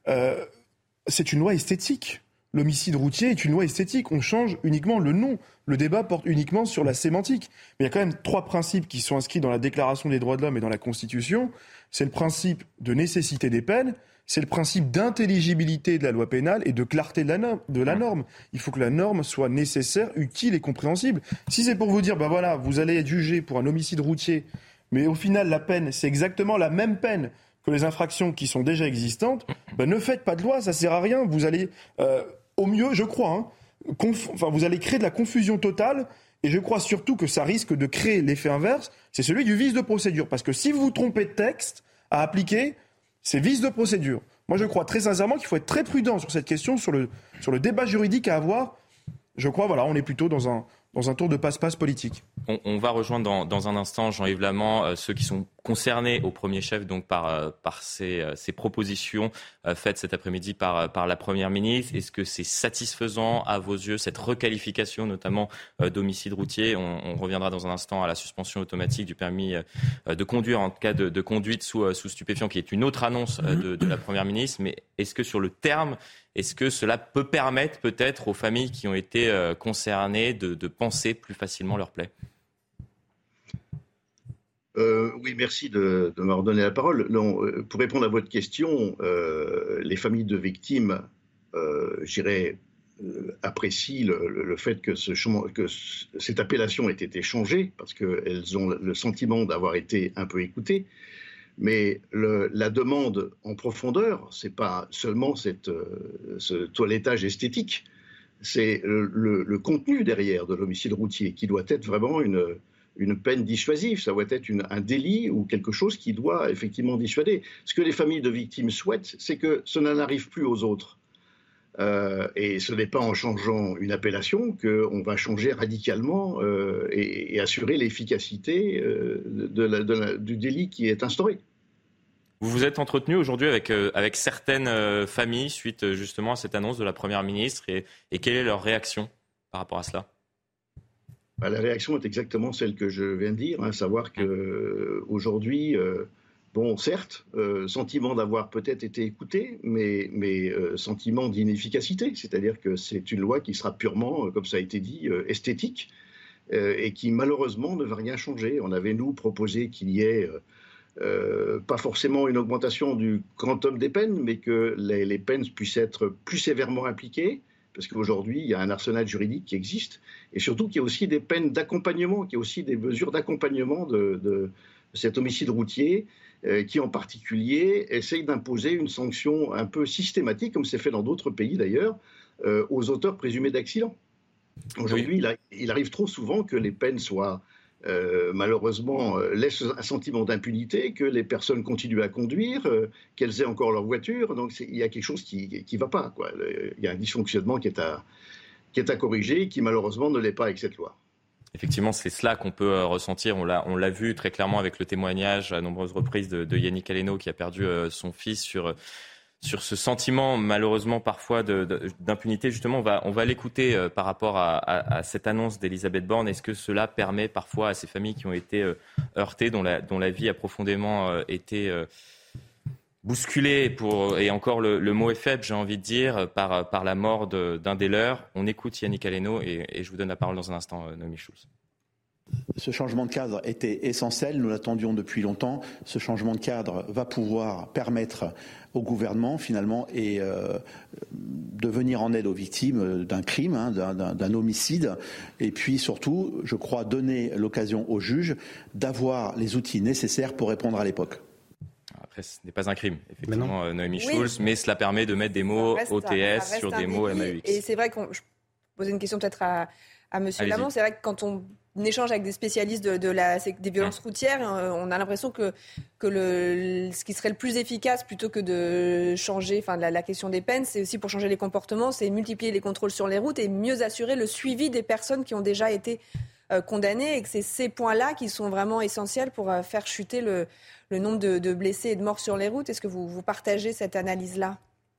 C'est une loi esthétique. L'homicide routier est une loi esthétique. On change uniquement le nom. Le débat porte uniquement sur la sémantique. Mais il y a quand même 3 principes qui sont inscrits dans la Déclaration des droits de l'homme et dans la Constitution. C'est le principe de nécessité des peines, c'est le principe d'intelligibilité de la loi pénale et de clarté de la norme. Il faut que la norme soit nécessaire, utile et compréhensible. Si c'est pour vous dire, vous allez être jugé pour un homicide routier, mais au final, la peine, c'est exactement la même peine que les infractions qui sont déjà existantes, ne faites pas de loi, ça sert à rien. Vous allez... au mieux, je crois, vous allez créer de la confusion totale Et je crois surtout que ça risque de créer l'effet inverse, c'est celui du vice de procédure. Parce que si vous vous trompez de texte à appliquer, c'est vice de procédure. Moi, je crois très sincèrement qu'il faut être très prudent sur cette question, sur le débat juridique à avoir. Je crois, on est plutôt dans un tour de passe-passe politique. On va rejoindre dans un instant, Jean-Yves Lamant, ceux qui sont concernés au premier chef donc par ces propositions faites cet après-midi par la Première ministre. Est-ce que c'est satisfaisant à vos yeux, cette requalification notamment d'homicide routier? On reviendra dans un instant à la suspension automatique du permis de conduire en cas de conduite sous stupéfiants, qui est une autre annonce de la Première ministre. Mais est-ce que sur le terme, est-ce que cela peut permettre peut-être aux familles qui ont été concernées de penser plus facilement leur plaie? Oui, merci de m'avoir donné la parole. Non, pour répondre à votre question, les familles de victimes, apprécient le fait que cette appellation ait été changée, parce qu'elles ont le sentiment d'avoir été un peu écoutées. Mais la demande en profondeur, c'est pas seulement ce toilettage esthétique, c'est le contenu derrière de l'homicide routier qui doit être vraiment une peine dissuasive. Ça doit être un délit ou quelque chose qui doit effectivement dissuader. Ce que les familles de victimes souhaitent, c'est que cela n'arrive plus aux autres. Et ce n'est pas en changeant une appellation qu'on va changer radicalement et assurer l'efficacité du délit qui est instauré. Vous vous êtes entretenu aujourd'hui avec certaines familles suite justement à cette annonce de la Première ministre et quelle est leur réaction par rapport à cela? La réaction est exactement celle que je viens de dire, savoir qu'aujourd'hui, certes, sentiment d'avoir peut-être été écouté, mais sentiment d'inefficacité, c'est-à-dire que c'est une loi qui sera purement, comme ça a été dit, esthétique, et qui malheureusement ne va rien changer. On avait, nous, proposé qu'il y ait pas forcément une augmentation du quantum des peines, mais que les peines puissent être plus sévèrement appliquées, parce qu'aujourd'hui, il y a un arsenal juridique qui existe, et surtout qu'il y a aussi des peines d'accompagnement, qu'il y a aussi des mesures d'accompagnement de cet homicide routier, qui en particulier essaye d'imposer une sanction un peu systématique, comme c'est fait dans d'autres pays d'ailleurs, aux auteurs présumés d'accidents. Aujourd'hui, il arrive trop souvent que les peines soient malheureusement laissent un sentiment d'impunité, que les personnes continuent à conduire, qu'elles aient encore leur voiture. Donc il y a quelque chose qui ne va pas, quoi. Il y a un dysfonctionnement qui est à corriger, qui malheureusement ne l'est pas avec cette loi. Effectivement, c'est cela qu'on peut ressentir. On l'a vu très clairement avec le témoignage à nombreuses reprises de Yannick Aleno, qui a perdu son fils sur ce sentiment malheureusement parfois d'impunité. Justement, on va l'écouter par rapport à cette annonce d'Elisabeth Borne. Est-ce que cela permet parfois à ces familles qui ont été heurtées, dont la vie a profondément été bousculée, et encore le mot est faible, j'ai envie de dire, par la mort d'un des leurs? On écoute Yannick Aleno et je vous donne la parole dans un instant, Noémie Schulz. Ce changement de cadre était essentiel, nous l'attendions depuis longtemps. Ce changement de cadre va pouvoir permettre au gouvernement finalement de venir en aide aux victimes d'un crime, d'un homicide, et puis surtout, je crois, donner l'occasion aux juges d'avoir les outils nécessaires pour répondre à l'époque. Après, ce n'est pas un crime, effectivement, Noémie Schulz, mais cela permet de mettre des mots OTS sur des mots MAUX. Et c'est vrai je posais une question peut-être à M. Lamont. C'est vrai que quand on échange avec des spécialistes des violences routières, on a l'impression que ce qui serait le plus efficace, plutôt que de changer la question des peines, c'est aussi pour changer les comportements, c'est multiplier les contrôles sur les routes et mieux assurer le suivi des personnes qui ont déjà été condamnées, et que c'est ces points-là qui sont vraiment essentiels pour faire chuter le nombre de blessés et de morts sur les routes. Est-ce que vous partagez cette analyse-là?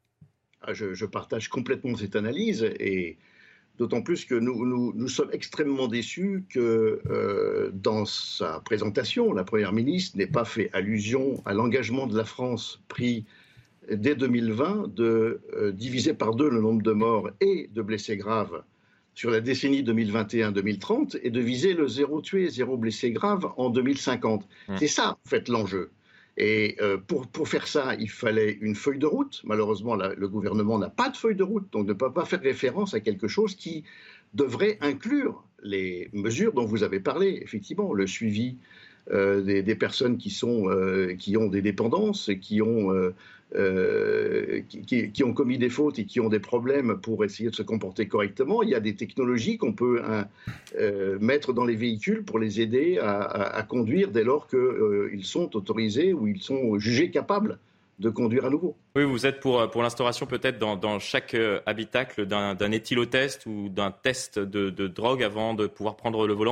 Je partage complètement cette analyse, et d'autant plus que nous sommes extrêmement déçus que dans sa présentation, la Première ministre n'ait pas fait allusion à l'engagement de la France pris dès 2020 de diviser par 2 le nombre de morts et de blessés graves sur la décennie 2021-2030 et de viser le 0 tué, 0 blessé grave en 2050. C'est ça, en fait, l'enjeu. Et pour faire ça, il fallait une feuille de route. Malheureusement, le gouvernement n'a pas de feuille de route, donc ne peut pas faire référence à quelque chose qui devrait inclure les mesures dont vous avez parlé, effectivement, le suivi des personnes qui ont des dépendances, qui ont qui ont commis des fautes et qui ont des problèmes pour essayer de se comporter correctement. Il y a des technologies qu'on peut mettre dans les véhicules pour les aider à conduire dès lors qu'ils sont autorisés ou ils sont jugés capables de conduire à nouveau. Oui, vous êtes pour l'instauration peut-être dans chaque habitacle d'un éthylotest ou d'un test de drogue avant de pouvoir prendre le volant ?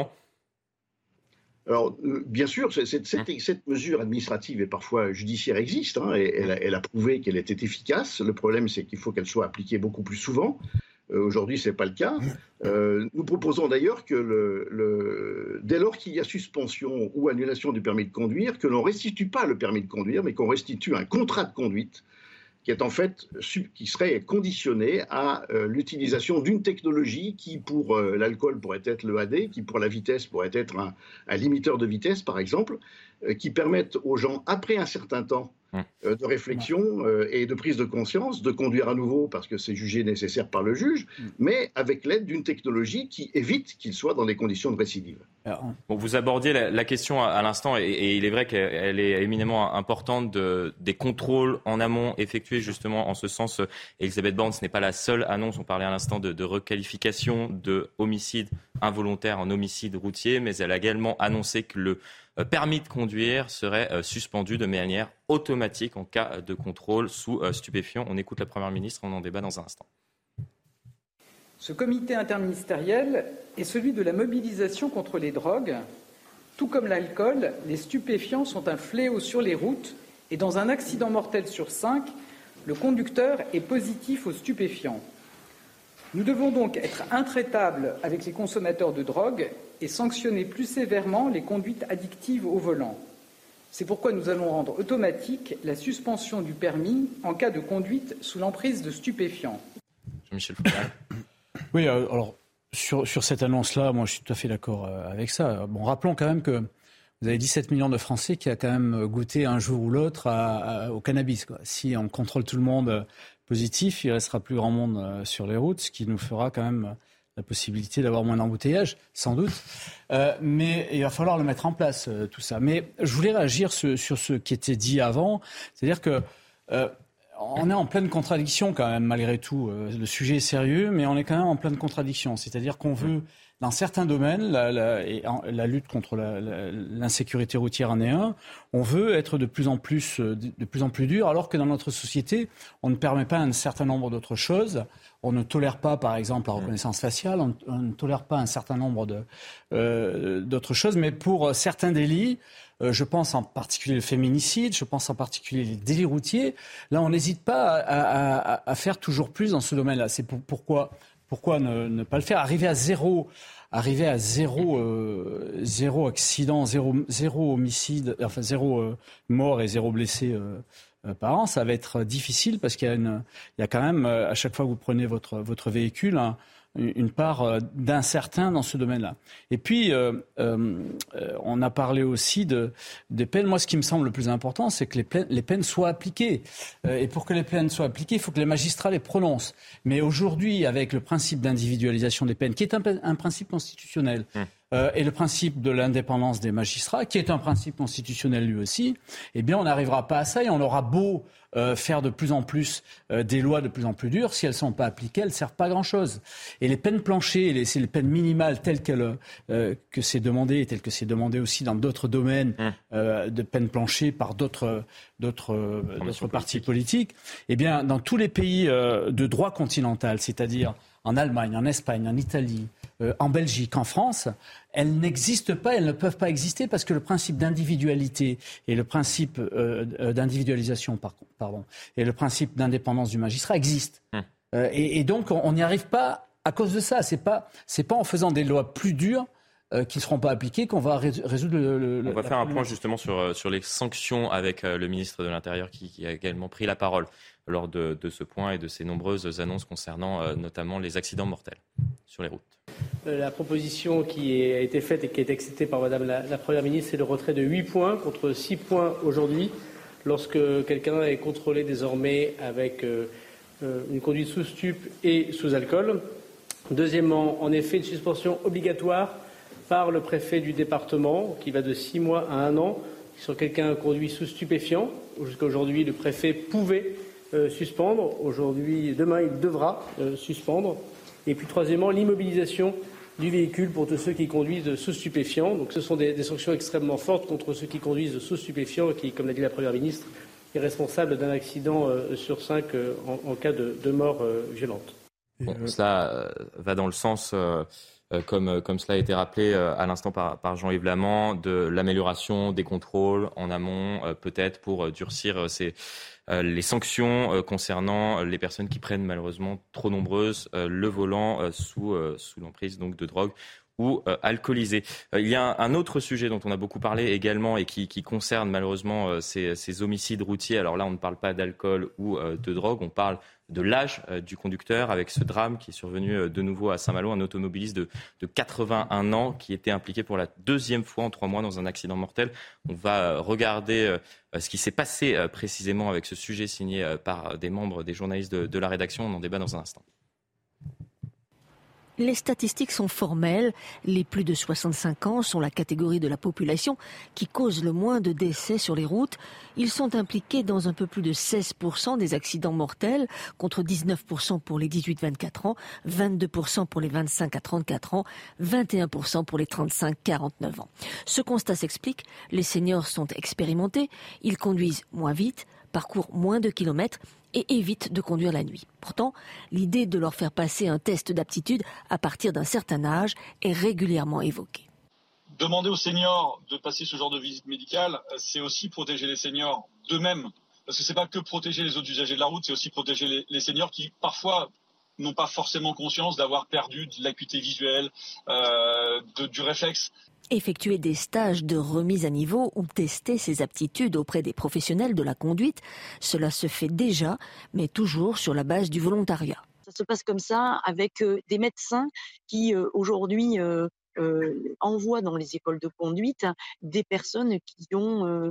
Alors, bien sûr, cette mesure administrative et parfois judiciaire existe, et elle a prouvé qu'elle était efficace. Le problème, c'est qu'il faut qu'elle soit appliquée beaucoup plus souvent. Aujourd'hui, ce n'est pas le cas. Nous proposons d'ailleurs que dès lors qu'il y a suspension ou annulation du permis de conduire, que l'on ne restitue pas le permis de conduire, mais qu'on restitue un contrat de conduite qui est en fait, qui serait conditionné à l'utilisation d'une technologie qui, pour l'alcool, pourrait être le AD, qui, pour la vitesse, pourrait être un limiteur de vitesse, par exemple, qui permettent aux gens, après un certain temps de réflexion et de prise de conscience, de conduire à nouveau parce que c'est jugé nécessaire par le juge, mais avec l'aide d'une technologie qui évite qu'ils soient dans des conditions de récidive. Bon, vous abordiez la question à l'instant, et il est vrai qu'elle est éminemment importante, des contrôles en amont effectués justement en ce sens. Elisabeth Borne, ce n'est pas la seule annonce, on parlait à l'instant de requalification de homicide involontaire en homicide routier, mais elle a également annoncé que le permis de conduire serait suspendu de manière automatique en cas de contrôle sous stupéfiants. On écoute la Première ministre, on en débat dans un instant. Ce comité interministériel est celui de la mobilisation contre les drogues. Tout comme l'alcool, les stupéfiants sont un fléau sur les routes et dans un accident mortel sur 5, le conducteur est positif aux stupéfiants. Nous devons donc être intraitables avec les consommateurs de drogue et sanctionner plus sévèrement les conduites addictives au volant. C'est pourquoi nous allons rendre automatique la suspension du permis en cas de conduite sous l'emprise de stupéfiants. Jean-Michel Foucault. Oui, alors sur cette annonce-là, moi je suis tout à fait d'accord avec ça. Bon, rappelons quand même que vous avez 17 millions de Français qui a quand même goûté un jour ou l'autre au cannabis, quoi. Si on contrôle tout le monde positif, il restera plus grand monde sur les routes, ce qui nous fera quand même la possibilité d'avoir moins d'embouteillages, sans doute. Mais il va falloir le mettre en place, tout ça. Mais je voulais réagir sur ce qui était dit avant. C'est-à-dire que on est en pleine contradiction quand même, malgré tout. Le sujet est sérieux, mais on est quand même en pleine contradiction. C'est-à-dire qu'on veut, dans certains domaines, la lutte contre l'insécurité routière en est un, on veut être de plus en plus dur, alors que dans notre société, on ne permet pas un certain nombre d'autres choses. On ne tolère pas, par exemple, la reconnaissance faciale, on ne tolère pas un certain nombre d'autres choses, mais pour certains délits, je pense en particulier le féminicide, je pense en particulier les délits routiers, là on n'hésite pas à faire toujours plus dans ce domaine-là. C'est pourquoi ne pas le faire, arriver à zéro accident, zéro homicide, enfin zéro mort et zéro blessé par an, ça va être difficile parce qu'il y a quand même, à chaque fois que vous prenez votre véhicule, une part d'incertain dans ce domaine-là. Et puis, on a parlé aussi des peines. Moi, ce qui me semble le plus important, c'est que les peines soient appliquées. Et pour que les peines soient appliquées, il faut que les magistrats les prononcent. Mais aujourd'hui, avec le principe d'individualisation des peines, qui est un principe constitutionnel, et le principe de l'indépendance des magistrats, qui est un principe constitutionnel lui aussi, eh bien, on n'arrivera pas à ça et on aura beau faire de plus en plus des lois de plus en plus dures, si elles ne sont pas appliquées, elles ne servent pas à grand-chose. Et les peines planchers, c'est les peines minimales telles que c'est demandé, et telles que c'est demandé aussi dans d'autres domaines de peines planchers par d'autres partis politiques, eh bien, dans tous les pays de droit continental, c'est-à-dire en Allemagne, en Espagne, en Italie, en Belgique, en France, elles n'existent pas, elles ne peuvent pas exister parce que le principe d'individualité et le principe d'individualisation, et le principe d'indépendance du magistrat existent. Et donc, on n'y arrive pas à cause de ça. C'est pas en faisant des lois plus dures qui ne seront pas appliquées qu'on va résoudre On va faire un point justement sur les sanctions avec le ministre de l'Intérieur qui a également pris la parole lors de ce point et de ces nombreuses annonces concernant notamment les accidents mortels sur les routes. La proposition qui a été faite et qui est acceptée par Madame la Première ministre, c'est le retrait de 8 points contre 6 points aujourd'hui lorsque quelqu'un est contrôlé désormais avec une conduite sous stup et sous alcool. Deuxièmement, en effet, une suspension obligatoire par le préfet du département qui va de 6 mois à 1 an sur quelqu'un conduit sous stupéfiant. Jusqu'à aujourd'hui, le préfet pouvait suspendre. Demain, il devra suspendre. Et puis troisièmement, l'immobilisation du véhicule pour tous ceux qui conduisent sous stupéfiants. Donc ce sont des sanctions extrêmement fortes contre ceux qui conduisent sous stupéfiants et qui, comme l'a dit la Première ministre, est responsable d'un accident sur 5 en cas de mort violente. Bon, cela va dans le sens, comme cela a été rappelé à l'instant par Jean-Yves Lamant, de l'amélioration des contrôles en amont, peut-être pour durcir les sanctions concernant les personnes qui prennent malheureusement trop nombreuses le volant sous l'emprise donc de drogue ou alcoolisés. Il y a un autre sujet dont on a beaucoup parlé également et qui concerne malheureusement ces homicides routiers. Alors là, on ne parle pas d'alcool ou de drogue, on parle de l'âge du conducteur avec ce drame qui est survenu de nouveau à Saint-Malo, un automobiliste de 81 ans qui était impliqué pour la deuxième fois en 3 mois dans un accident mortel. On va regarder ce qui s'est passé précisément avec ce sujet signé par des membres des journalistes de la rédaction. On en débat dans un instant. Les statistiques sont formelles. Les plus de 65 ans sont la catégorie de la population qui cause le moins de décès sur les routes. Ils sont impliqués dans un peu plus de 16% des accidents mortels, contre 19% pour les 18-24 ans, 22% pour les 25 à 34 ans, 21% pour les 35-49 ans. Ce constat s'explique, les seniors sont expérimentés, ils conduisent moins vite, parcourent moins de kilomètres et évitent de conduire la nuit. Pourtant, l'idée de leur faire passer un test d'aptitude à partir d'un certain âge est régulièrement évoquée. Demander aux seniors de passer ce genre de visite médicale, c'est aussi protéger les seniors d'eux-mêmes. Parce que c'est pas que protéger les autres usagers de la route, c'est aussi protéger les seniors qui, parfois, n'ont pas forcément conscience d'avoir perdu de l'acuité visuelle, du réflexe. Effectuer des stages de remise à niveau ou tester ses aptitudes auprès des professionnels de la conduite, cela se fait déjà, mais toujours sur la base du volontariat. Ça se passe comme ça avec des médecins qui aujourd'hui envoient dans les écoles de conduite des personnes qui ont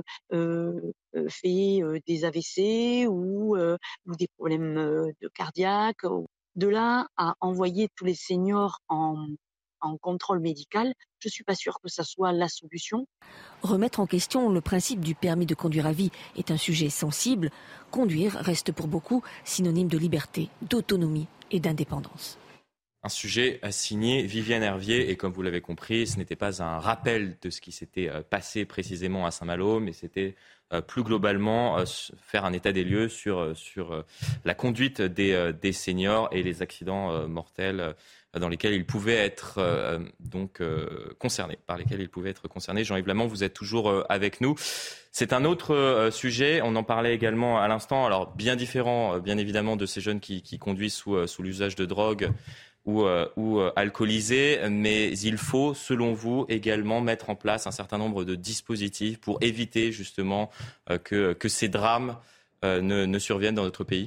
fait des AVC ou des problèmes de cardiaque. De là à envoyer tous les seniors en contrôle médical, je ne suis pas sûre que ça soit la solution. Remettre en question le principe du permis de conduire à vie est un sujet sensible. Conduire reste pour beaucoup synonyme de liberté, d'autonomie et d'indépendance. Un sujet signé Viviane Hervier et comme vous l'avez compris, ce n'était pas un rappel de ce qui s'était passé précisément à Saint-Malo, mais c'était plus globalement faire un état des lieux sur la conduite des seniors et les accidents mortels dans lesquels ils pouvaient être concernés, par lesquels ils pouvaient être concernés. Jean-Yves Lamant, vous êtes toujours avec nous. C'est un autre sujet, on en parlait également à l'instant, alors bien différent bien évidemment de ces jeunes qui conduisent sous l'usage de drogue ou alcoolisés, mais il faut, selon vous, également mettre en place un certain nombre de dispositifs pour éviter justement que ces drames ne surviennent dans notre pays.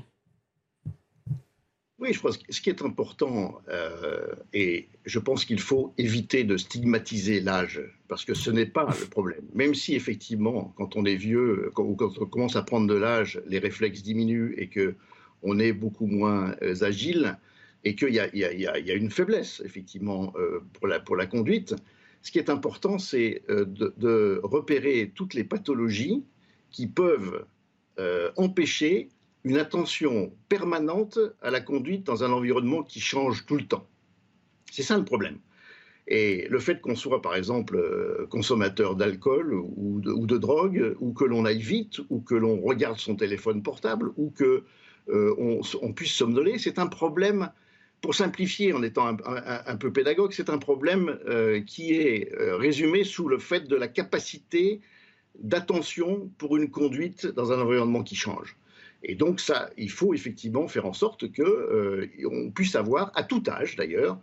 Oui, je pense que ce qui est important, et je pense qu'il faut éviter de stigmatiser l'âge, parce que ce n'est pas le problème. Même si effectivement, quand on est vieux, quand on commence à prendre de l'âge, les réflexes diminuent et qu'on est beaucoup moins agile, et qu'il y a une faiblesse, effectivement, pour la conduite. Ce qui est important, c'est de repérer toutes les pathologies qui peuvent empêcher une attention permanente à la conduite dans un environnement qui change tout le temps. C'est ça le problème. Et le fait qu'on soit, par exemple, consommateur d'alcool ou de drogue, ou que l'on aille vite, ou que l'on regarde son téléphone portable, ou qu'on puisse somnoler, c'est un problème, pour simplifier en étant un peu pédagogue, c'est un problème qui est résumé sous le fait de la capacité d'attention pour une conduite dans un environnement qui change. Et donc ça, il faut effectivement faire en sorte qu'on puisse avoir, à tout âge d'ailleurs,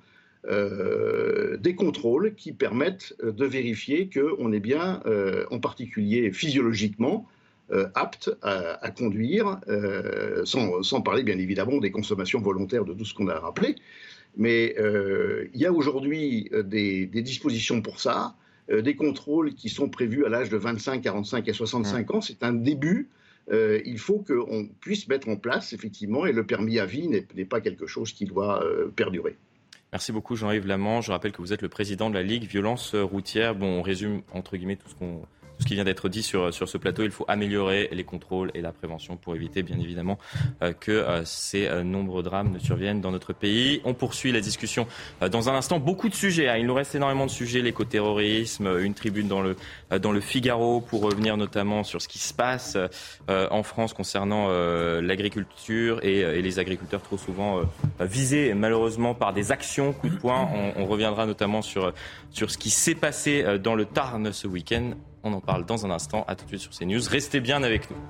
des contrôles qui permettent de vérifier qu'on est bien, en particulier physiologiquement, apte à conduire, sans parler bien évidemment des consommations volontaires de tout ce qu'on a rappelé. Mais il y a aujourd'hui des dispositions pour ça, des contrôles qui sont prévus à l'âge de 25, 45 et 65 ans. C'est un début. Il faut qu'on puisse mettre en place, effectivement, et le permis à vie n'est pas quelque chose qui doit perdurer. Merci beaucoup Jean-Yves Lamant. Je rappelle que vous êtes le président de la Ligue Violence Routière. Bon, on résume entre guillemets tout ce qu'on tout ce qui vient d'être dit sur ce plateau. Il faut améliorer les contrôles et la prévention pour éviter, bien évidemment, que ces nombreux drames ne surviennent dans notre pays. On poursuit la discussion dans un instant. Beaucoup de sujets. Il nous reste énormément de sujets. L'écoterrorisme, une tribune dans le Figaro pour revenir notamment sur ce qui se passe en France concernant l'agriculture et les agriculteurs trop souvent visés malheureusement par des actions coup de poing. On reviendra notamment sur ce qui s'est passé dans le Tarn ce week-end. On en parle dans un instant. À tout de suite sur CNews. Restez bien avec nous.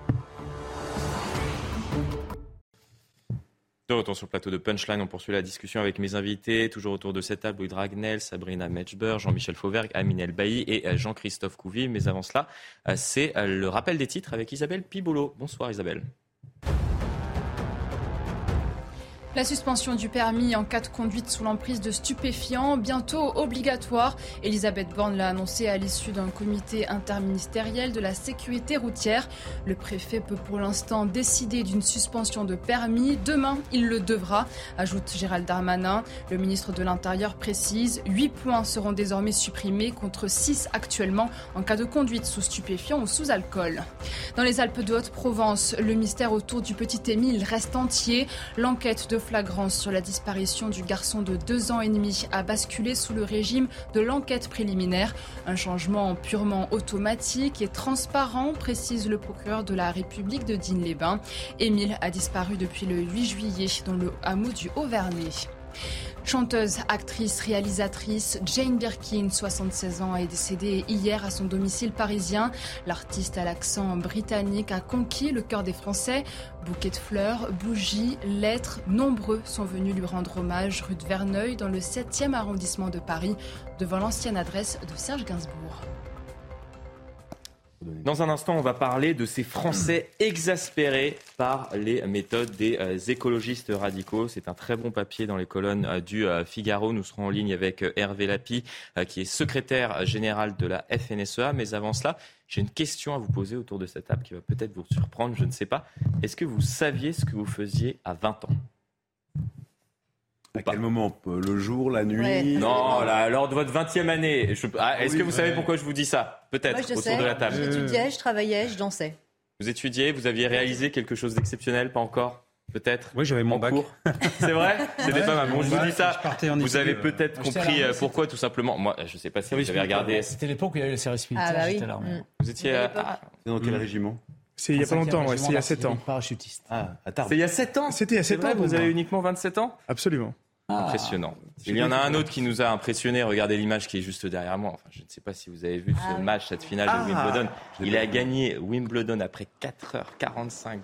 De retour sur le plateau de Punchline, on poursuit la discussion avec mes invités. Toujours autour de cette table, Louis Dragnel, Sabrina Metchber, Jean-Michel Fauvergue, Amine El Bailly et Jean-Christophe Couvi. Mais avant cela, c'est le rappel des titres avec Isabelle Pibolo. Bonsoir Isabelle. La suspension du permis en cas de conduite sous l'emprise de stupéfiants, bientôt obligatoire. Elisabeth Borne l'a annoncé à l'issue d'un comité interministériel de la sécurité routière. Le préfet peut pour l'instant décider d'une suspension de permis. Demain, il le devra, ajoute Gérald Darmanin. Le ministre de l'Intérieur précise 8 points seront désormais supprimés contre 6 actuellement en cas de conduite sous stupéfiants ou sous alcool. Dans les Alpes de Haute-Provence, le mystère autour du petit Émile reste entier. L'enquête de flagrance sur la disparition du garçon de 2 ans et demi a basculé sous le régime de l'enquête préliminaire. Un changement purement automatique et transparent, précise le procureur de la République de Digne-les-Bains. Émile a disparu depuis le 8 juillet dans le hameau du Haut-Vernay. Chanteuse, actrice, réalisatrice, Jane Birkin, 76 ans, est décédée hier à son domicile parisien. L'artiste à l'accent britannique a conquis le cœur des Français. Bouquets de fleurs, bougies, lettres, nombreux sont venus lui rendre hommage rue de Verneuil dans le 7e arrondissement de Paris, devant l'ancienne adresse de Serge Gainsbourg. Dans un instant, on va parler de ces Français exaspérés par les méthodes des écologistes radicaux. C'est un très bon papier dans les colonnes du Figaro. Nous serons en ligne avec Hervé Lapie, qui est secrétaire général de la FNSEA. Mais avant cela, j'ai une question à vous poser autour de cette table qui va peut-être vous surprendre, je ne sais pas. Est-ce que vous saviez ce que vous faisiez à 20 ans ? À quel moment ? Le jour, la nuit ? Ouais. Non, lors de votre 20e année. Est-ce que vous savez pourquoi je vous dis ça ? Peut-être, Moi, autour de la table. J'étudiais, je travaillais, je dansais. Vous étudiez, vous aviez réalisé quelque chose d'exceptionnel, pas encore ? Peut-être. Oui, j'avais mon bac. C'est vrai ? C'était pas mal. Bon, je vous dis ça. Vous avez études, peut-être compris pourquoi, tout simplement. Moi, je ne sais pas si vous avez regardé. C'était l'époque où il y avait le service militaire. Ah bah oui. J'étais là. Vous étiez dans quel régiment ? C'est il y a pas longtemps, c'est il y a 7 ans. Parachutiste. C'est il y a 7 ans ? C'était il y a 7 ans. Vous avez uniquement 27 ans ? Absolument. Impressionnant. Il y en a un autre qui nous a impressionné. Regardez l'image qui est juste derrière moi. Enfin, je ne sais pas si vous avez vu ce match, cette finale de Wimbledon. Il a gagné Wimbledon après 4h45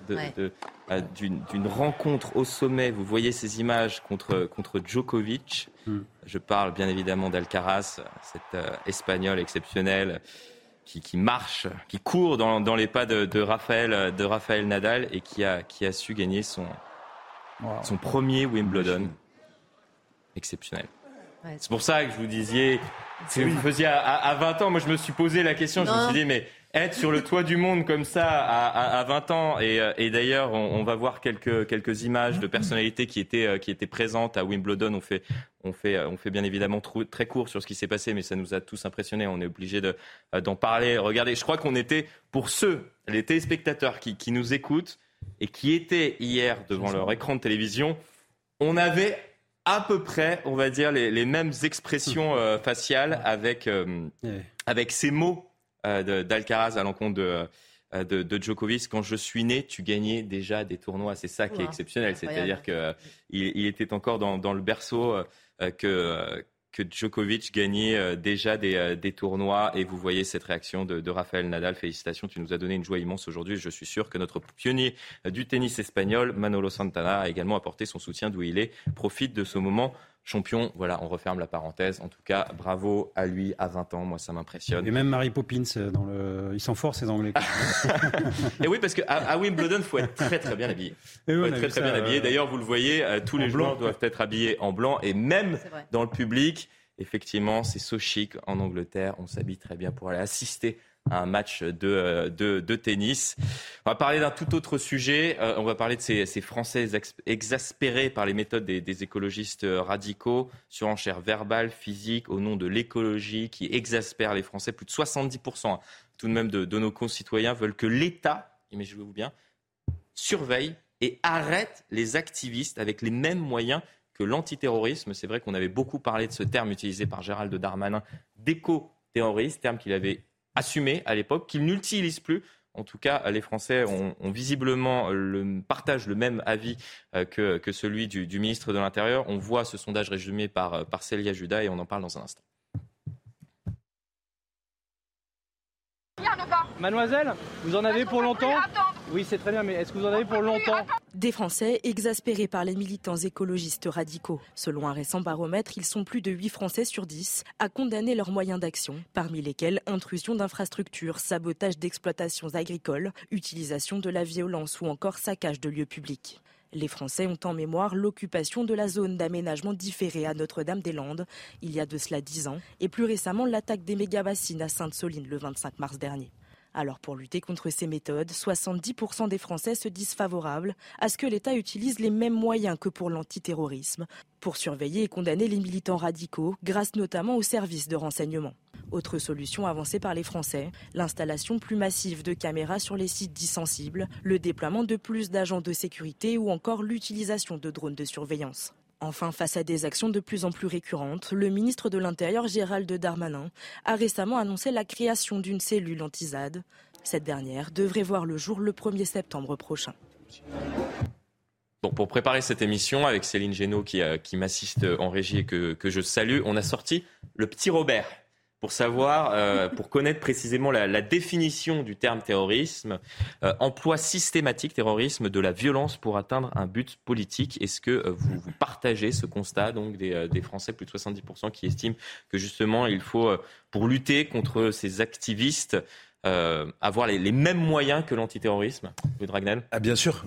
d'une rencontre au sommet. Vous voyez ces images contre Djokovic. Je parle bien évidemment d'Alcaraz, cet Espagnol exceptionnel qui marche, qui court dans les pas de Rafael Nadal et qui a su gagner son premier Wimbledon. Exceptionnel. Ouais. C'est pour ça que je vous disais, vous faisiez à 20 ans, moi je me suis posé la question, je me suis dit, mais être sur le toit du monde comme ça à 20 ans, et d'ailleurs on va voir quelques images de personnalités qui étaient présentes à Wimbledon. On fait bien évidemment très court sur ce qui s'est passé, mais ça nous a tous impressionnés, on est obligé d'en parler. Regardez, je crois qu'on était, pour les téléspectateurs qui nous écoutent et qui étaient hier devant leur écran de télévision, on avait à peu près, on va dire, les mêmes expressions faciales avec ces mots d'Alcaraz à l'encontre de Djokovic. Quand je suis né, tu gagnais déjà des tournois. C'est ça qui est exceptionnel. C'est-à-dire qu'il était encore dans le berceau que Djokovic gagnait déjà des tournois. Et vous voyez cette réaction de Rafael Nadal. Félicitations, tu nous as donné une joie immense aujourd'hui. Je suis sûr que notre pionnier du tennis espagnol, Manolo Santana, a également apporté son soutien d'où il est. Profite de ce moment champion. Voilà, on referme la parenthèse. En tout cas, bravo à lui à 20 ans. Moi, ça m'impressionne. Et même Mary Poppins, ils sont forts, ces Anglais. Et oui, parce qu'à Wimbledon, il faut être très très bien habillé. Très bien habillé. D'ailleurs, vous le voyez, tous les joueurs doivent être habillés en blanc. Et même dans le public, effectivement, c'est so chic en Angleterre. On s'habille très bien pour aller assister à un match de tennis. On va parler d'un tout autre sujet. On va parler de ces Français exaspérés par les méthodes des écologistes radicaux, surenchère verbale, physique, au nom de l'écologie, qui exaspèrent les Français. Plus de 70%. tout de même de nos concitoyens veulent que l'État, imaginez-vous bien, surveille et arrête les activistes avec les mêmes moyens que l'antiterrorisme. C'est vrai qu'on avait beaucoup parlé de ce terme utilisé par Gérald Darmanin, d'éco-terroriste, terme qu'il avait assumé à l'époque, qu'il n'utilise plus. En tout cas, les Français ont visiblement partagent le même avis que celui du ministre de l'Intérieur. On voit ce sondage résumé par Célia Judas et on en parle dans un instant. Mademoiselle, vous en avez pour longtemps ? Oui, c'est très bien, mais est-ce que vous en avez pour longtemps ? Des Français exaspérés par les militants écologistes radicaux. Selon un récent baromètre, ils sont plus de 8 Français sur 10 à condamner leurs moyens d'action, parmi lesquels intrusion d'infrastructures, sabotage d'exploitations agricoles, utilisation de la violence ou encore saccage de lieux publics. Les Français ont en mémoire l'occupation de la zone d'aménagement différé à Notre-Dame-des-Landes, il y a de cela 10 ans, et plus récemment l'attaque des méga-bassines à Sainte-Soline le 25 mars dernier. Alors pour lutter contre ces méthodes, 70% des Français se disent favorables à ce que l'État utilise les mêmes moyens que pour l'antiterrorisme, pour surveiller et condamner les militants radicaux, grâce notamment aux services de renseignement. Autre solution avancée par les Français, l'installation plus massive de caméras sur les sites dits sensibles, le déploiement de plus d'agents de sécurité ou encore l'utilisation de drones de surveillance. Enfin, face à des actions de plus en plus récurrentes, le ministre de l'Intérieur, Gérald Darmanin, a récemment annoncé la création d'une cellule anti-ZAD. Cette dernière devrait voir le jour le 1er septembre prochain. Bon, pour préparer cette émission, avec Céline Génaud qui m'assiste en régie et que je salue, on a sorti le petit Robert. Pour savoir, pour connaître précisément la définition du terme terrorisme, emploi systématique terrorisme de la violence pour atteindre un but politique. Est-ce que vous partagez ce constat donc des Français, plus de 70% qui estiment que justement il faut, pour lutter contre ces activistes, avoir les mêmes moyens que l'antiterrorisme, Louis Dragnel ? Ah bien sûr.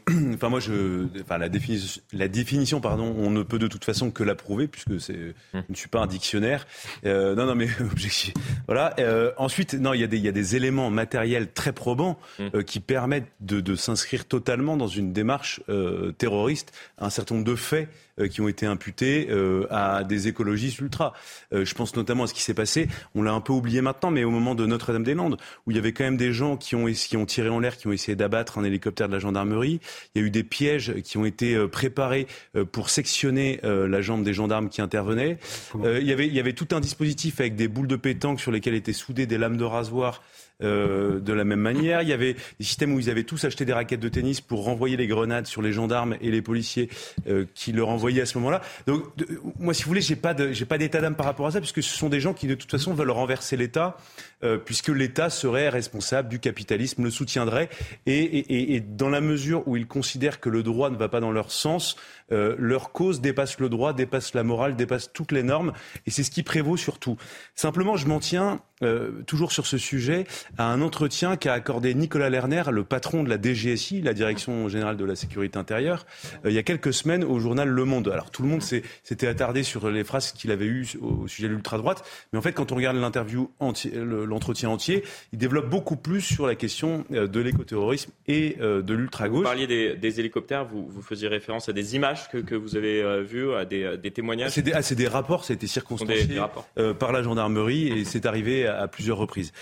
La définition, on ne peut de toute façon que l'approuver puisque je ne suis pas un dictionnaire. Mais objectif. Voilà. Ensuite, il y a des éléments matériels très probants qui permettent de s'inscrire totalement dans une démarche terroriste. Un certain nombre de faits qui ont été imputés à des écologistes ultra. Je pense notamment à ce qui s'est passé, on l'a un peu oublié maintenant, mais au moment de Notre-Dame-des-Landes, où il y avait quand même des gens qui ont tiré en l'air, qui ont essayé d'abattre un hélicoptère de la gendarmerie. Il y a eu des pièges qui ont été préparés pour sectionner la jambe des gendarmes qui intervenaient. Il y avait tout un dispositif avec des boules de pétanque sur lesquelles étaient soudées des lames de rasoir. De la même manière, il y avait des systèmes où ils avaient tous acheté des raquettes de tennis pour renvoyer les grenades sur les gendarmes et les policiers qui leur envoyaient à ce moment-là. Donc, moi, si vous voulez, j'ai pas d'état d'âme par rapport à ça, puisque ce sont des gens qui, de toute façon, veulent renverser l'État, puisque l'État serait responsable du capitalisme, le soutiendrait, et dans la mesure où ils considèrent que le droit ne va pas dans leur sens, leur cause dépasse le droit, dépasse la morale, dépasse toutes les normes, et c'est ce qui prévaut surtout. Simplement, je m'en tiens toujours sur ce sujet à un entretien qu'a accordé Nicolas Lerner, le patron de la DGSI, la Direction Générale de la Sécurité Intérieure, il y a quelques semaines au journal Le Monde. Alors tout le monde s'était attardé sur les phrases qu'il avait eues au sujet de l'ultra-droite, mais en fait quand on regarde l'entretien entier, il développe beaucoup plus sur la question de l'écoterrorisme et de l'ultra-gauche. Vous parliez des hélicoptères, vous faisiez référence à des images que vous avez vues, à des témoignages. C'est des rapports, ça a été circonstancié par la gendarmerie et c'est arrivé à plusieurs reprises.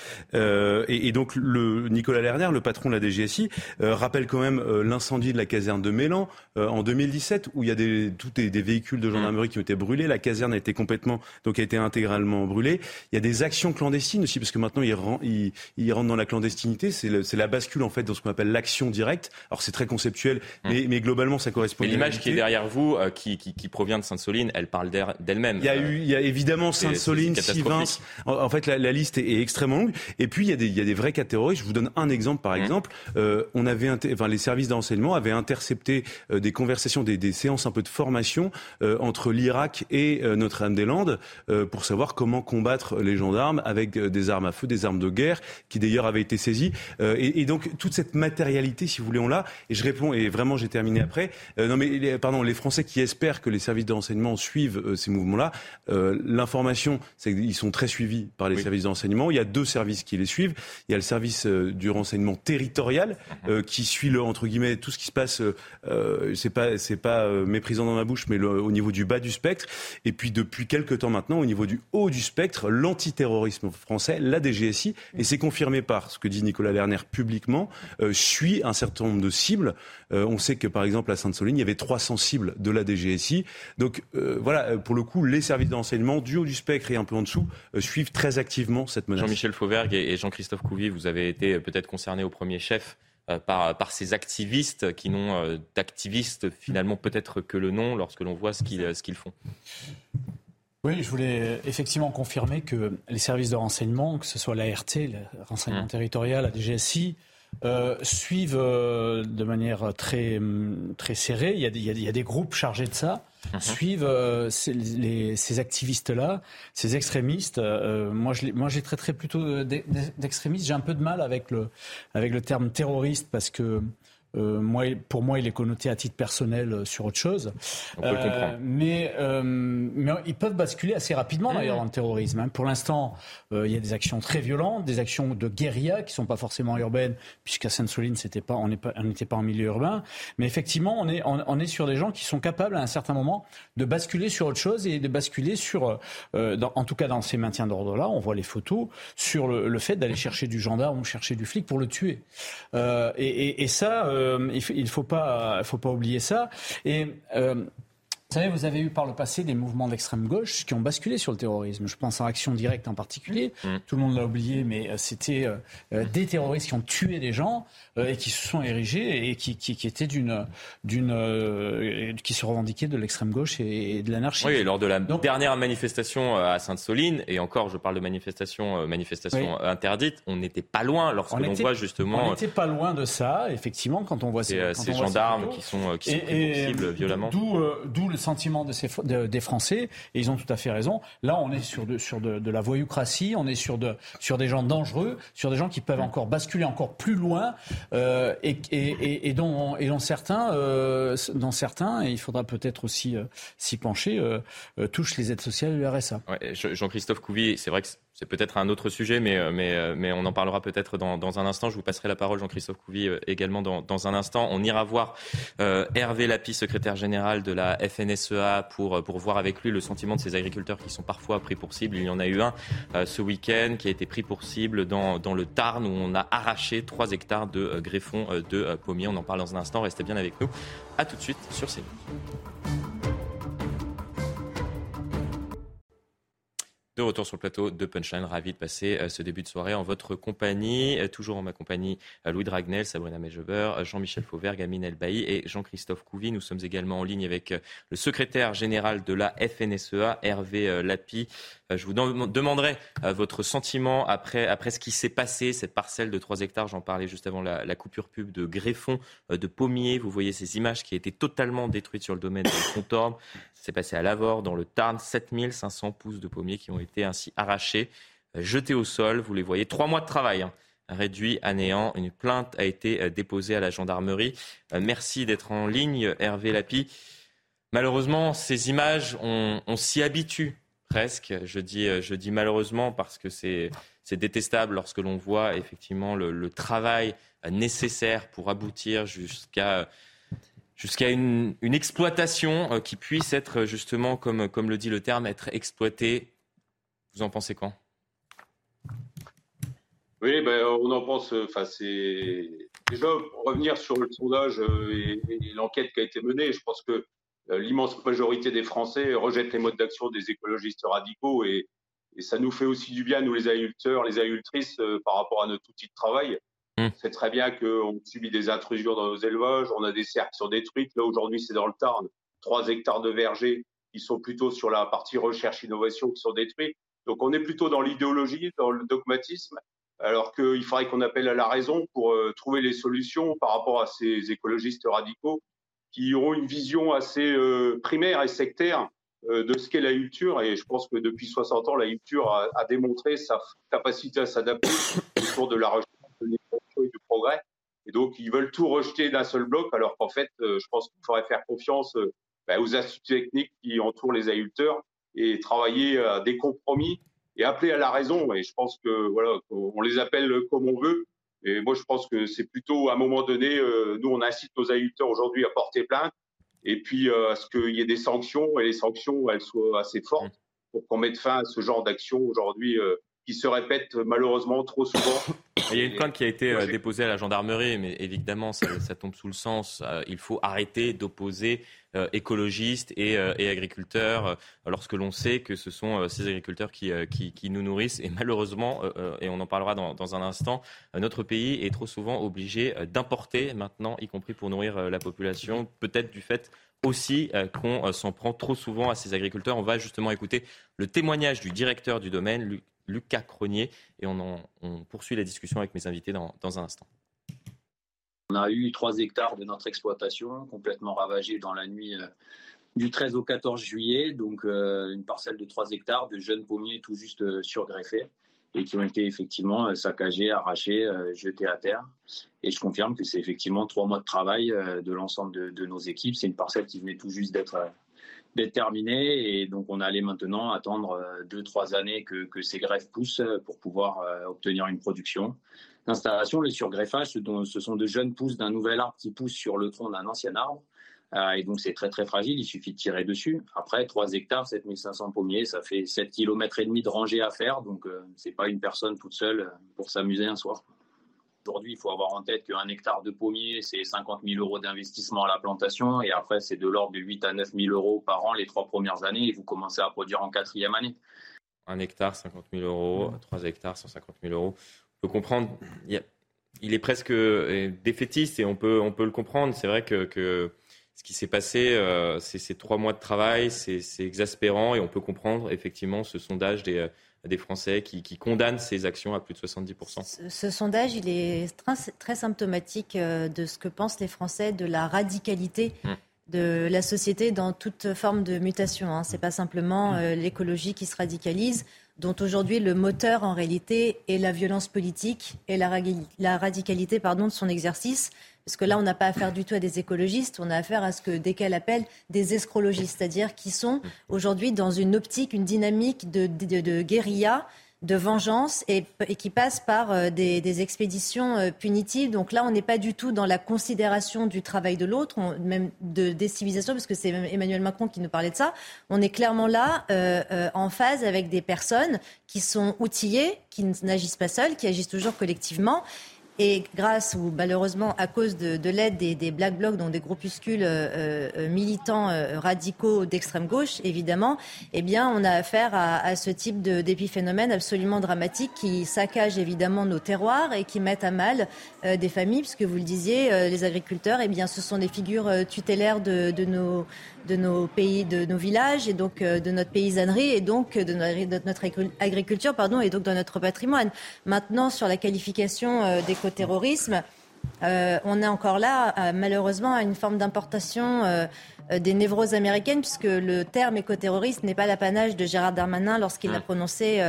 Et donc Nicolas Lerner, le patron de la DGSI, rappelle quand même l'incendie de la caserne de Mélan en 2017 où il y a des véhicules de gendarmerie qui ont été brûlés. La caserne a été intégralement brûlée. Il y a des actions clandestines aussi parce que maintenant ils rentrent dans la clandestinité. C'est la bascule en fait dans ce qu'on appelle l'action directe. Alors c'est très conceptuel, mais globalement ça correspond. Mais l'image qui est derrière vous, qui provient de Sainte-Soline, elle parle d'elle-même. Il y a évidemment Sainte-Soline, Sivins. En fait la liste est extrêmement longue. Et puis il y a des vrais cas terroristes. Je vous donne un exemple par exemple. Les services d'enseignement avaient intercepté des conversations, des séances un peu de formation entre l'Irak et Notre-Dame-des-Landes pour savoir comment combattre les gendarmes avec des armes à feu, des armes de guerre, qui d'ailleurs avaient été saisies. Et donc toute cette matérialité, si vous voulez, on l'a. Et je réponds, et vraiment j'ai terminé après. Les Français qui espèrent que les services de renseignement suivent ces mouvements-là, l'information, c'est qu'ils sont très suivis par les services de de renseignement. Il y a 2 services qui les suivent. Il y a le service du renseignement territorial qui suit entre guillemets tout ce qui se passe. C'est pas méprisant dans ma bouche, mais au niveau du bas du spectre. Et puis depuis quelques temps maintenant, au niveau du haut du spectre, l'antiterrorisme français, la DGSI, et c'est confirmé par ce que dit Nicolas Lerner publiquement, suit un certain nombre de cibles. On sait que par exemple à Sainte-Soline, il y avait 300 cibles de la DGSI. Donc voilà, pour le coup, les services de renseignement du haut du spectre et un peu en dessous suivent très activement cette menace. Jean-Michel Fauvergue et Jean-Christophe Couvi, vous avez été peut-être concernés au premier chef par ces activistes qui n'ont d'activistes finalement peut-être que le nom lorsque l'on voit ce qu'ils font. Oui, je voulais effectivement confirmer que les services de renseignement, que ce soit l'ART, le renseignement territorial, la DGSI, suivent de manière très serrée. Il y a des groupes chargés de ça. Suivent ces activistes-là, ces extrémistes. Moi, je les traiterais plutôt d'extrémistes. J'ai un peu de mal avec le terme terroriste parce que pour moi, il est connoté à titre personnel sur autre chose. On peut le comprendre. Mais ils peuvent basculer assez rapidement d'ailleurs dans le terrorisme. Pour l'instant, il y a des actions très violentes, des actions de guérilla qui sont pas forcément urbaines, puisqu'à Sainte-Soline, on n'était pas en milieu urbain. Mais effectivement, on est sur des gens qui sont capables à un certain moment de basculer sur autre chose et de basculer sur, en tout cas dans ces maintiens d'ordre-là, on voit les photos sur le fait d'aller chercher du gendarme ou chercher du flic pour le tuer. Et ça. Il faut pas oublier ça. Et vous savez, vous avez eu par le passé des mouvements d'extrême gauche qui ont basculé sur le terrorisme. Je pense à Action Directe en particulier. Tout le monde l'a oublié, mais c'était des terroristes qui ont tué des gens et qui se sont érigés et qui étaient qui se revendiquaient de l'extrême gauche et de l'anarchie. Oui, lors de la dernière manifestation à Sainte-Soline, et encore, je parle de manifestation interdite, on n'était pas loin lorsque l'on voit justement. On n'était pas loin de ça, effectivement, quand on voit ces gendarmes qui sont pris pour cible violemment. D'où le sentiment des Français, et ils ont tout à fait raison. Là, on est sur de la voyoucratie, on est sur des gens dangereux, sur des gens qui peuvent encore basculer encore plus loin, et dont certains, et il faudra peut-être aussi s'y pencher, touchent les aides sociales et le RSA. Ouais, Jean-Christophe Couvi, c'est vrai que c'est peut-être un autre sujet, mais on en parlera peut-être dans un instant. Je vous passerai la parole, Jean-Christophe Couvi, également dans un instant. On ira voir Hervé Lapie, secrétaire général de la FNSEA, pour voir avec lui le sentiment de ces agriculteurs qui sont parfois pris pour cible. Il y en a eu un ce week-end qui a été pris pour cible dans le Tarn, où on a arraché 3 hectares de greffons de pommiers. On en parle dans un instant. Restez bien avec nous. À tout de suite sur CNews. De retour sur le plateau de Punchline, ravi de passer ce début de soirée en votre compagnie. Toujours en ma compagnie, Louis Dragnel, Sabrina Medjeber, Jean-Michel Fauvergue, Amine Elbaï et Jean-Christophe Couvi. Nous sommes également en ligne avec le secrétaire général de la FNSEA, Hervé Lapie. Je vous demanderai votre sentiment après ce qui s'est passé, cette parcelle de 3 hectares. J'en parlais juste avant la coupure pub de greffons, de pommiers. Vous voyez ces images qui étaient totalement détruites sur le domaine de Fontorbe. C'est passé à Lavore, dans le Tarn, 7500 pousses de pommiers qui ont été ainsi arrachés, jetés au sol. Vous les voyez, 3 mois de travail, réduit à néant. Une plainte a été déposée à la gendarmerie. Merci d'être en ligne, Hervé Lapie. Malheureusement, ces images, on s'y habitue presque. Je dis malheureusement parce que c'est détestable lorsque l'on voit effectivement le travail nécessaire pour aboutir jusqu'à une exploitation qui puisse être justement, comme le dit le terme, être exploitée. Vous en pensez quoi ? Oui, on en pense. C'est déjà revenir sur le sondage et l'enquête qui a été menée. Je pense que l'immense majorité des Français rejettent les modes d'action des écologistes radicaux et ça nous fait aussi du bien, nous les agriculteurs, les agricultrices, par rapport à notre outil de travail. C'est très bien qu'on subit des intrusions dans nos élevages, on a des serres qui sont détruites. Là, aujourd'hui, c'est dans le Tarn, 3 hectares de vergers qui sont plutôt sur la partie recherche-innovation qui sont détruits. Donc, on est plutôt dans l'idéologie, dans le dogmatisme, alors qu'il faudrait qu'on appelle à la raison pour trouver les solutions par rapport à ces écologistes radicaux qui auront une vision assez primaire et sectaire de ce qu'est l'agriculture. Et je pense que depuis 60 ans, l'agriculture a démontré sa capacité à s'adapter autour de la recherche, de l'innovation et du progrès. Et donc, ils veulent tout rejeter d'un seul bloc, alors qu'en fait, je pense qu'il faudrait faire confiance aux instituts techniques qui entourent les agriculteurs et travailler à des compromis et appeler à la raison. Et je pense que voilà, on les appelle comme on veut. Et moi, je pense que c'est plutôt à un moment donné, nous, on incite nos agriculteurs aujourd'hui à porter plainte et puis à ce qu'il y ait des sanctions et les sanctions, elles soient assez fortes pour qu'on mette fin à ce genre d'action aujourd'hui qui se répète malheureusement trop souvent. Il y a une plainte qui a été déposée à la gendarmerie, mais évidemment, ça tombe sous le sens. Il faut arrêter d'opposer écologistes et agriculteurs lorsque l'on sait que ce sont ces agriculteurs qui nous nourrissent. Et malheureusement, et on en parlera dans un instant, notre pays est trop souvent obligé d'importer maintenant, y compris pour nourrir la population, peut-être du fait aussi qu'on s'en prend trop souvent à ces agriculteurs. On va justement écouter le témoignage du directeur du domaine, Lucas Cronier, et on poursuit la discussion avec mes invités dans un instant. On a eu 3 hectares de notre exploitation complètement ravagés dans la nuit du 13 au 14 juillet, donc une parcelle de 3 hectares de jeunes pommiers tout juste surgreffés et qui ont été effectivement saccagés, arrachés, jetés à terre. Et je confirme que c'est effectivement 3 mois de travail de l'ensemble de nos équipes. C'est une parcelle qui venait tout juste d'être terminée et donc on allait maintenant attendre 2-3 années que ces greffes poussent pour pouvoir obtenir une production. L'installation, le surgreffage, ce sont de jeunes pousses d'un nouvel arbre qui poussent sur le tronc d'un ancien arbre. Et donc c'est très très fragile, il suffit de tirer dessus. Après 3 hectares, 7500 pommiers, ça fait 7,5 km de rangée à faire, donc c'est pas une personne toute seule pour s'amuser un soir. Aujourd'hui, il faut avoir en tête qu'un hectare de pommier, c'est 50 000 euros d'investissement à la plantation, et après c'est de l'ordre de 8 à 9 000 euros par an les 3 premières années, et vous commencez à produire en 4e année. 1 hectare, 50 000 euros, 3 hectares, 150 000 euros. On peut comprendre, il est presque défaitiste, et on peut le comprendre. C'est vrai que ce qui s'est passé, c'est ces 3 mois de travail, c'est exaspérant, et on peut comprendre effectivement ce sondage des Français qui condamnent ces actions à plus de 70%. Ce sondage, il est très symptomatique de ce que pensent les Français de la radicalité de la société dans toute forme de mutation. Ce n'est pas simplement l'écologie qui se radicalise, dont aujourd'hui le moteur en réalité est la violence politique et la radicalité de son exercice. Parce que là, on n'a pas affaire du tout à des écologistes, on a affaire à ce que Descalques appelle des escrologistes, c'est-à-dire qui sont aujourd'hui dans une optique, une dynamique de guérilla, de vengeance et qui passent par des expéditions punitives. Donc là, on n'est pas du tout dans la considération du travail de l'autre, même des civilisations, parce que c'est Emmanuel Macron qui nous parlait de ça. On est clairement là en phase avec des personnes qui sont outillées, qui n'agissent pas seules, qui agissent toujours collectivement. Et grâce ou malheureusement à cause de l'aide des Black Blocs, dont des groupuscules militants radicaux d'extrême gauche, évidemment, eh bien, on a affaire à ce type d'épiphénomène absolument dramatique qui saccage évidemment nos terroirs et qui mettent à mal des familles, puisque vous le disiez, les agriculteurs, eh bien, ce sont des figures tutélaires de nos pays, de nos villages et donc de notre paysannerie et donc de notre agriculture, et donc de notre patrimoine. Maintenant, sur la qualification d'écoterrorisme, on est encore là, malheureusement, à une forme d'importation des névroses américaines, puisque le terme écoterroriste n'est pas l'apanage de Gérald Darmanin lorsqu'il l'a prononcé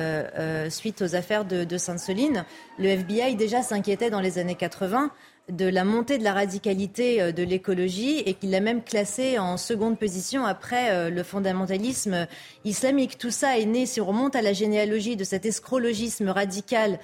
suite aux affaires de Sainte-Soline. Le FBI déjà s'inquiétait dans les années 80 de la montée de la radicalité de l'écologie et qu'il l'a même classé en seconde position après le fondamentalisme islamique. Tout ça est né, si on remonte à la généalogie de cet escrologisme radical,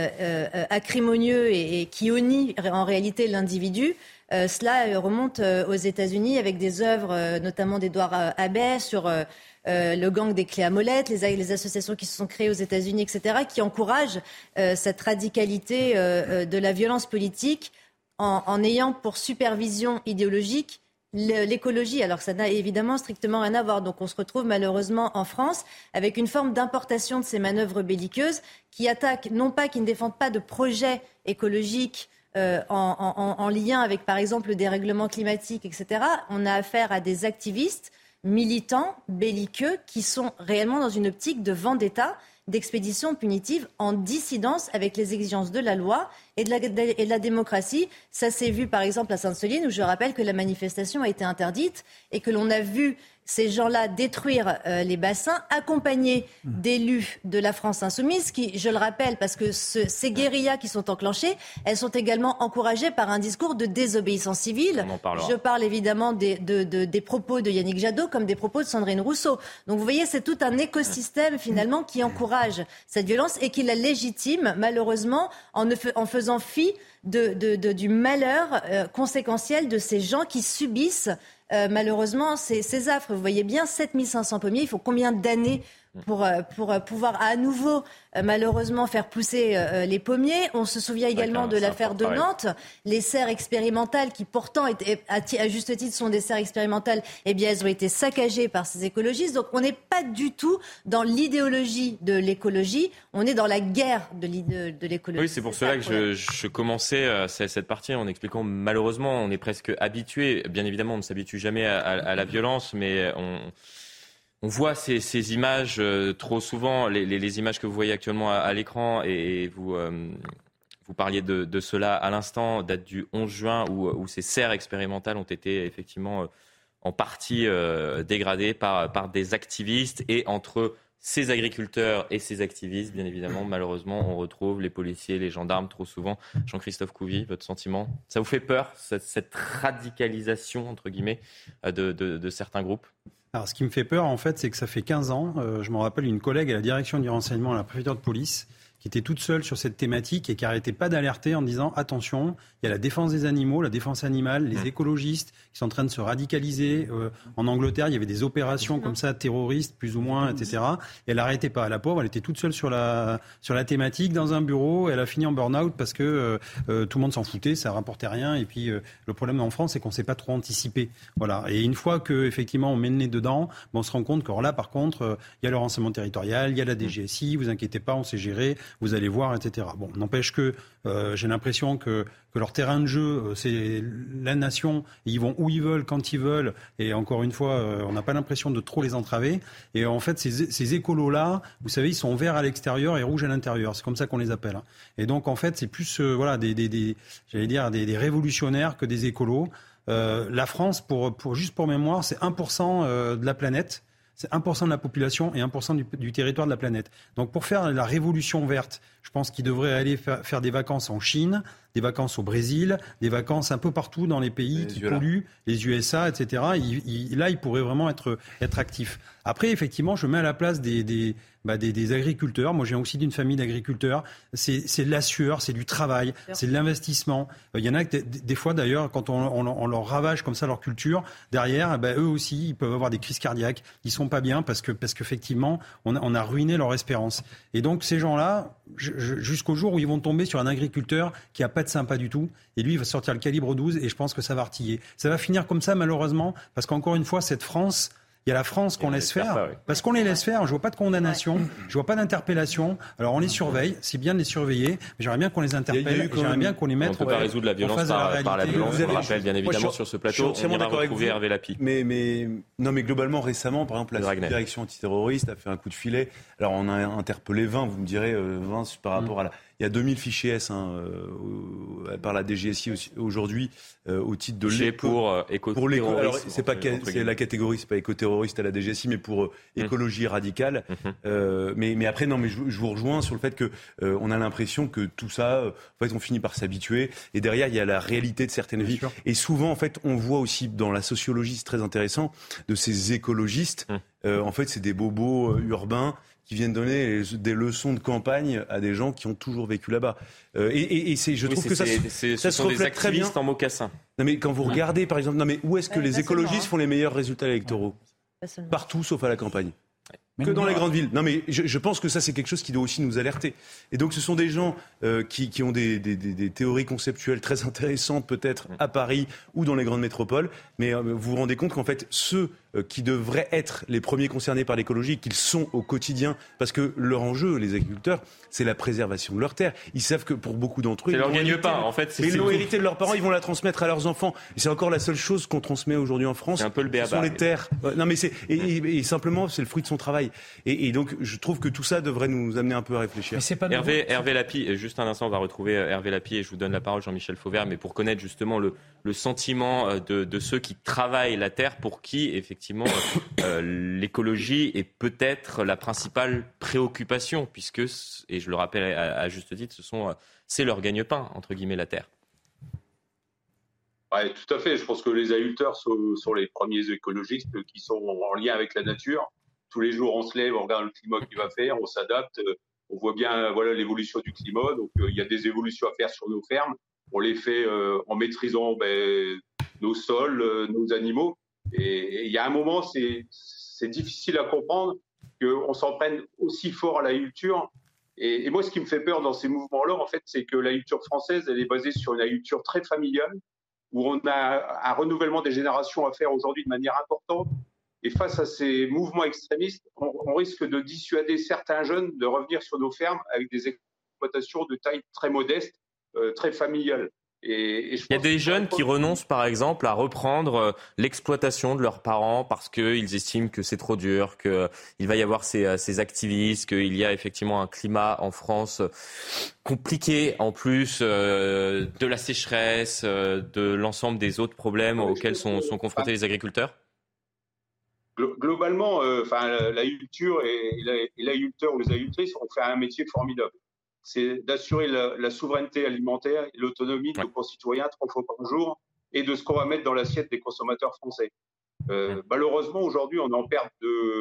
acrimonieux et qui honnie en réalité l'individu. Cela remonte aux États-Unis avec des œuvres, notamment d'Edouard Abbey sur le gang des clés à molette, les associations qui se sont créées aux États-Unis, etc., qui encouragent cette radicalité de la violence politique en ayant pour supervision idéologique l'écologie, alors que ça n'a évidemment strictement rien à voir. Donc on se retrouve malheureusement en France avec une forme d'importation de ces manœuvres belliqueuses qui attaquent, non pas, qui ne défendent pas de projets écologiques en lien avec, par exemple, le dérèglement climatique, etc. On a affaire à des activistes militants, belliqueux, qui sont réellement dans une optique de vendetta, d'expédition punitive en dissidence avec les exigences de la loi et de la démocratie. Ça s'est vu par exemple à Sainte-Soline, où je rappelle que la manifestation a été interdite et que l'on a vu ces gens-là détruire les bassins, accompagnés d'élus de la France insoumise qui, je le rappelle, parce que ces guérillas qui sont enclenchées, elles sont également encouragées par un discours de désobéissance civile. Je parle évidemment des propos de Yannick Jadot comme des propos de Sandrine Rousseau. Donc vous voyez, c'est tout un écosystème finalement qui encourage cette violence et qui la légitime malheureusement en faisant fi du malheur conséquentiel de ces gens qui subissent malheureusement ces affres. Vous voyez bien, 7500 pommiers, il faut combien d'années pour pouvoir à nouveau malheureusement faire pousser les pommiers. On se souvient également de l'affaire de Nantes, les serres expérimentales qui pourtant étaient, à juste titre sont des serres expérimentales, eh bien elles ont été saccagées par ces écologistes. Donc on n'est pas du tout dans l'idéologie de l'écologie, on est dans la guerre de l'écologie. Oui, c'est pour cela que je commençais cette partie en expliquant malheureusement on est presque habitué, bien évidemment on ne s'habitue jamais à la violence, mais on voit ces images trop souvent, les images que vous voyez actuellement à l'écran, et vous parliez de cela à l'instant, date du 11 juin, où ces serres expérimentales ont été effectivement en partie dégradées par des activistes, et entre ces agriculteurs et ces activistes, bien évidemment, malheureusement, on retrouve les policiers, les gendarmes trop souvent. Jean-Christophe Couvi, votre sentiment ? Ça vous fait peur, cette radicalisation, entre guillemets, de certains groupes ? Alors, ce qui me fait peur, en fait, c'est que ça fait 15 ans, je me rappelle une collègue à la direction du renseignement à la préfecture de police qui était toute seule sur cette thématique et qui n'arrêtait pas d'alerter en disant « Attention, il y a la défense des animaux, la défense animale, les écologistes qui sont en train de se radicaliser. En Angleterre, il y avait des opérations comme ça, terroristes, plus ou moins, etc. » Et elle n'arrêtait pas. La pauvre, elle était toute seule sur la thématique, dans un bureau. Elle a fini en burn-out parce que tout le monde s'en foutait, ça rapportait rien. Et puis, le problème en France, c'est qu'on ne sait pas trop anticiper. Voilà. Et une fois qu'effectivement, on met le nez dedans, on se rend compte que là, par contre, il y a le renseignement territorial, il y a la DGSI, vous inquiétez pas, on sait gérer. Vous allez voir, etc. Bon, n'empêche que j'ai l'impression que leur terrain de jeu, c'est la nation. Ils vont où ils veulent, quand ils veulent. Et encore une fois, on n'a pas l'impression de trop les entraver. Et en fait, ces écolos-là, vous savez, ils sont verts à l'extérieur et rouges à l'intérieur. C'est comme ça qu'on les appelle. Et donc, en fait, c'est plus des révolutionnaires que des écolos. La France, juste pour mémoire, c'est 1% de la planète. C'est 1% de la population et 1% du territoire de la planète. Donc pour faire la révolution verte, je pense qu'ils devraient aller faire des vacances en Chine, des vacances au Brésil, des vacances un peu partout dans les pays qui polluent, les USA, etc. Là, ils pourraient vraiment être actifs. Après, effectivement, je mets à la place des agriculteurs. Moi, j'ai aussi d'une famille d'agriculteurs. C'est de la sueur, c'est du travail, c'est de l'investissement. Il y en a que des fois, d'ailleurs, quand on leur ravage comme ça leur culture, derrière, eux aussi, ils peuvent avoir des crises cardiaques. Ils sont pas bien parce qu'effectivement, on a ruiné leur espérance. Et donc, ces gens-là, jusqu'au jour où ils vont tomber sur un agriculteur qui a pas de sympa du tout, et lui, il va sortir le calibre 12, et je pense que ça va artiller. Ça va finir comme ça, malheureusement, parce qu'encore une fois, cette France... Il y a la France qu'on laisse faire, parce qu'on les laisse faire. Je vois pas de condamnation, je vois pas d'interpellation. Alors on les surveille, c'est bien de les surveiller, mais j'aimerais bien qu'on les interpelle, j'aimerais bien qu'on les mette. On ne peut pas résoudre la violence par la violence. On le rappelle bien évidemment sur ce plateau. On ira retrouver Hervé Lapie. Mais globalement récemment, par exemple, la direction antiterroriste a fait un coup de filet. Alors on a interpellé 20, vous me direz 20 par rapport à la. Il y a 2000 fichiers S par la DGSI aujourd'hui au titre de pour éco-terroriste. Alors c'est la catégorie, c'est pas éco-terroriste à la DGSI, mais pour écologie radicale. Mais après non, mais je vous rejoins sur le fait que on a l'impression que tout ça, en fait, on finit par s'habituer. Et derrière, il y a la réalité de certaines vies. Et souvent, en fait, on voit aussi dans la sociologie, c'est très intéressant, de ces écologistes. En fait, c'est des bobos urbains qui viennent donner des leçons de campagne à des gens qui ont toujours vécu là-bas. Je trouve que ça se reflète très bien. En mocassin. Non mais quand vous regardez, par exemple, où est-ce que les écologistes font les meilleurs résultats électoraux ? Partout, sauf à la campagne. Que dans les grandes villes. Non mais je pense que ça c'est quelque chose qui doit aussi nous alerter. Et donc ce sont des gens qui ont des théories conceptuelles très intéressantes peut-être à Paris ou dans les grandes métropoles. Mais vous vous rendez compte qu'en fait ceux qui devraient être les premiers concernés par l'écologie, qu'ils sont au quotidien, parce que leur enjeu, les agriculteurs, c'est la préservation de leurs terres. Ils savent que pour beaucoup d'entre eux, ils leur gagnent pas. En fait, ils l'ont hérité de leurs parents, ils vont la transmettre à leurs enfants. Et c'est encore la seule chose qu'on transmet aujourd'hui en France. C'est un peu le béaba. Ce sont les terres. Non mais et simplement c'est le fruit de son travail. travail. Et donc, je trouve que tout ça devrait nous amener un peu à réfléchir. Mais c'est pas Hervé Lapie, juste un instant, on va retrouver Hervé Lapie et je vous donne la parole, Jean-Michel Fauvert, mais pour connaître justement le sentiment de ceux qui travaillent la terre, pour qui, effectivement, l'écologie est peut-être la principale préoccupation, puisque, et je le rappelle à juste titre, c'est leur gagne-pain, entre guillemets, la terre. Oui, tout à fait. Je pense que les agriculteurs sont les premiers écologistes qui sont en lien avec la nature. Tous les jours, on se lève, on regarde le climat qu'il va faire, on s'adapte. On voit bien l'évolution du climat. Donc, il y a des évolutions à faire sur nos fermes. On les fait en maîtrisant nos sols, nos animaux. Et il y a un moment, c'est difficile à comprendre qu'on s'en prenne aussi fort à l'agriculture. Et moi, ce qui me fait peur dans ces mouvements-là, en fait, c'est que l'agriculture française, elle est basée sur une agriculture très familiale, où on a un renouvellement des générations à faire aujourd'hui de manière importante. Et face à ces mouvements extrémistes, on risque de dissuader certains jeunes de revenir sur nos fermes avec des exploitations de taille très modeste, très familiale. Il y a des jeunes qui renoncent, par exemple, à reprendre l'exploitation de leurs parents parce qu'ils estiment que c'est trop dur, qu'il va y avoir ces activistes, qu'il y a effectivement un climat en France compliqué, en plus de la sécheresse, de l'ensemble des autres problèmes auxquels sont confrontés les agriculteurs. Globalement, l'agriculture et l'agriculteur ou les agricultrices ont fait un métier formidable. C'est d'assurer la souveraineté alimentaire et l'autonomie de nos concitoyens 3 fois par jour et de ce qu'on va mettre dans l'assiette des consommateurs français. Malheureusement, aujourd'hui, on est en perte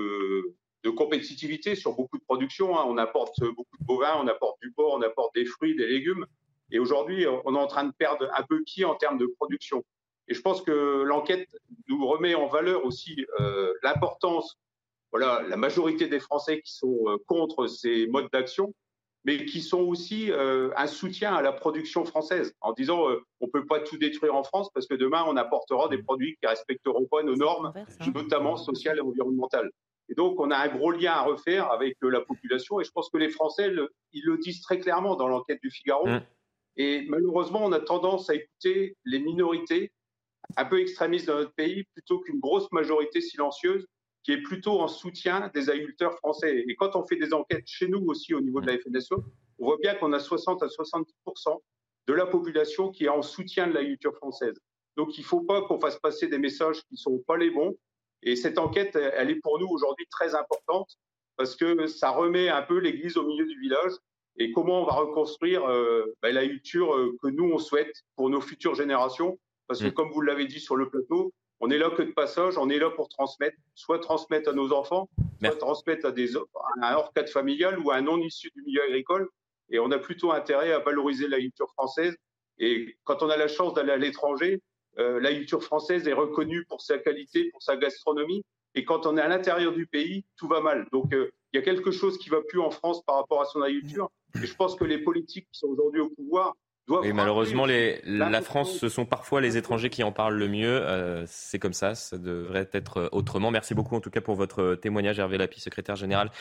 de compétitivité sur beaucoup de productions. On apporte beaucoup de bovins, on apporte du porc, on apporte des fruits, des légumes. Et aujourd'hui, on est en train de perdre un peu pied en termes de production. Et je pense que l'enquête nous remet en valeur aussi l'importance, la majorité des Français qui sont contre ces modes d'action, mais qui sont aussi un soutien à la production française, en disant on ne peut pas tout détruire en France parce que demain on apportera des produits qui ne respecteront pas nos normes, notamment sociales et environnementales. Et donc on a un gros lien à refaire avec la population, et je pense que les Français, ils le disent très clairement dans l'enquête du Figaro. Et malheureusement, on a tendance à écouter les minorités un peu extrémistes dans notre pays plutôt qu'une grosse majorité silencieuse qui est plutôt en soutien des agriculteurs français. Et quand on fait des enquêtes chez nous aussi au niveau de la FNSE, on voit bien qu'on a 60 à 70% de la population qui est en soutien de l'agriculture française. Donc il ne faut pas qu'on fasse passer des messages qui ne sont pas les bons. Et cette enquête, elle est pour nous aujourd'hui très importante parce que ça remet un peu l'église au milieu du village. Et comment on va reconstruire l'agriculture que nous, on souhaite pour nos futures générations. Parce que comme vous l'avez dit sur le plateau, on est là que de passage, on est là pour transmettre, soit transmettre à nos enfants, soit transmettre à un hors-cadre familial ou à un non issu du milieu agricole. Et on a plutôt intérêt à valoriser l'agriculture française. Et quand on a la chance d'aller à l'étranger, l'agriculture française est reconnue pour sa qualité, pour sa gastronomie. Et quand on est à l'intérieur du pays, tout va mal. Donc il y a quelque chose qui ne va plus en France par rapport à son agriculture. Et je pense que les politiques qui sont aujourd'hui au pouvoir et malheureusement, la France, ce sont parfois les étrangers qui en parlent le mieux. C'est comme ça devrait être autrement. Merci beaucoup en tout cas pour votre témoignage, Hervé Lapie, secrétaire général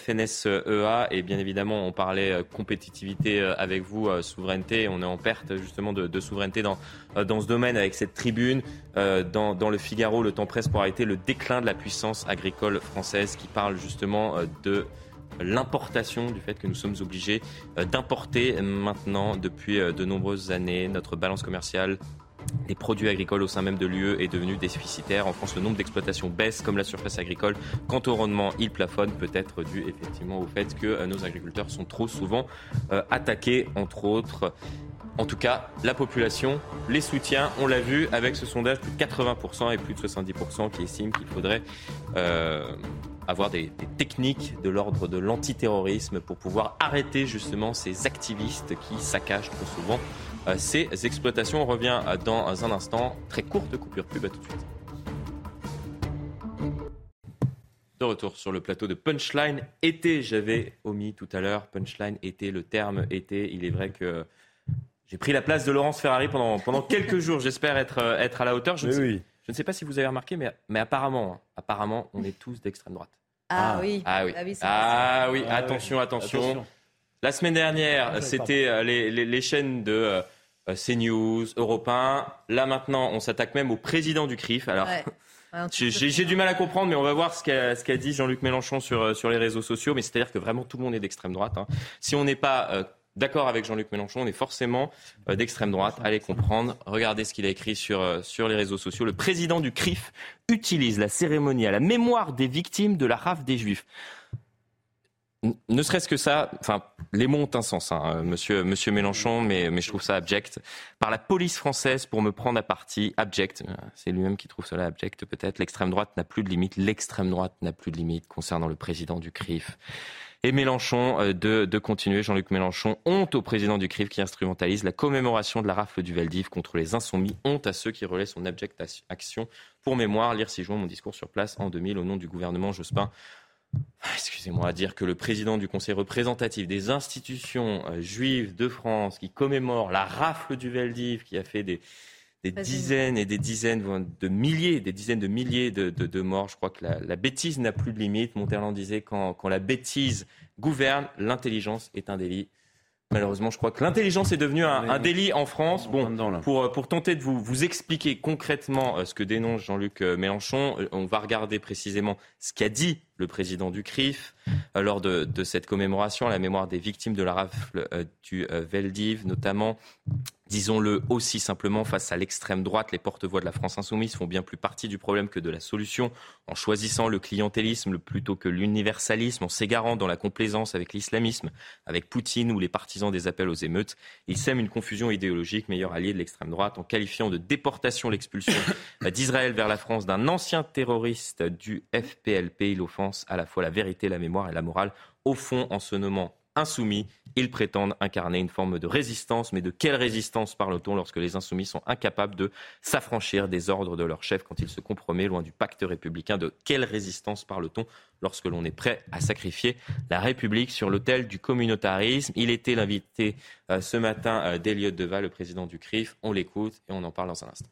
FNSEA. Et bien évidemment, on parlait compétitivité avec vous, souveraineté. On est en perte justement de souveraineté dans ce domaine avec cette tribune. Dans le Figaro, le temps presse pour arrêter le déclin de la puissance agricole française, qui parle justement de l'importation, du fait que nous sommes obligés d'importer maintenant depuis de nombreuses années. Notre balance commerciale des produits agricoles au sein même de l'UE est devenue déficitaire. En France, le nombre d'exploitations baisse comme la surface agricole. Quant au rendement, il plafonne, peut être dû effectivement au fait que nos agriculteurs sont trop souvent attaqués, entre autres. En tout cas, la population les soutient. On l'a vu avec ce sondage, plus de 80% et plus de 70% qui estiment qu'il faudrait avoir des techniques de l'ordre de l'antiterrorisme pour pouvoir arrêter justement ces activistes qui saccagent trop souvent ces exploitations. On revient dans un instant. Très courte coupure pub, à tout de suite. De retour sur le plateau de Punchline été. J'avais omis tout à l'heure Punchline été, le terme été. Il est vrai que j'ai pris la place de Laurence Ferrari pendant quelques jours. J'espère être à la hauteur. Je ne sais pas si vous avez remarqué, mais apparemment, on est tous d'extrême droite. Oui. Attention. La semaine dernière, c'était les chaînes de CNews, Europe 1. Là, maintenant, on s'attaque même au président du CRIF. Alors, J'ai du mal à comprendre, mais on va voir ce qu'a dit Jean-Luc Mélenchon sur les réseaux sociaux. Mais c'est-à-dire que vraiment tout le monde est d'extrême droite. Si on n'est pas d'accord avec Jean-Luc Mélenchon, on est forcément d'extrême droite. Allez comprendre. Regardez ce qu'il a écrit sur les réseaux sociaux. Le président du CRIF utilise la cérémonie à la mémoire des victimes de la rafle des Juifs. Ne serait-ce que ça, les mots ont un sens, monsieur Mélenchon, mais je trouve ça abject. Par la police française pour me prendre à partie, abject. C'est lui-même qui trouve cela abject, peut-être. L'extrême droite n'a plus de limite. L'extrême droite n'a plus de limite concernant le président du CRIF. Et Mélenchon, de continuer, Jean-Luc Mélenchon, honte au président du CRIF qui instrumentalise la commémoration de la rafle du Vel-d'Hiv contre les insoumis. Honte à ceux qui relaient son abjecte action. Pour mémoire, lire 6 juin mon discours sur place en 2000 au nom du gouvernement Jospin. Excusez-moi, à dire que le président du conseil représentatif des institutions juives de France qui commémore la rafle du Vel-d'Hiv, qui a fait des dizaines et des dizaines de milliers, de morts. Je crois que la bêtise n'a plus de limite. Monterland disait quand la bêtise gouverne, l'intelligence est un délit. Malheureusement, je crois que l'intelligence est devenue un délit en France. Bon, pour tenter de vous expliquer concrètement ce que dénonce Jean-Luc Mélenchon, on va regarder précisément ce qu'a dit le président du CRIF lors de cette commémoration à la mémoire des victimes de la rafle du Vel-d'Hiv, notamment. Disons-le aussi simplement, face à l'extrême droite, les porte-voix de la France insoumise font bien plus partie du problème que de la solution. En choisissant le clientélisme plutôt que l'universalisme, en s'égarant dans la complaisance avec l'islamisme, avec Poutine ou les partisans des appels aux émeutes, ils sèment une confusion idéologique, meilleur allié de l'extrême droite, en qualifiant de déportation l'expulsion d'Israël vers la France d'un ancien terroriste du FPLP. Il offense à la fois la vérité, la mémoire et la morale. Au fond, en se nommant insoumis, ils prétendent incarner une forme de résistance. Mais de quelle résistance parle-t-on lorsque les insoumis sont incapables de s'affranchir des ordres de leur chef quand il se compromet loin du pacte républicain? De quelle résistance parle-t-on lorsque l'on est prêt à sacrifier la République sur l'autel du communautarisme? Il était l'invité ce matin d'Eliott Deval, le président du CRIF. On l'écoute et on en parle dans un instant.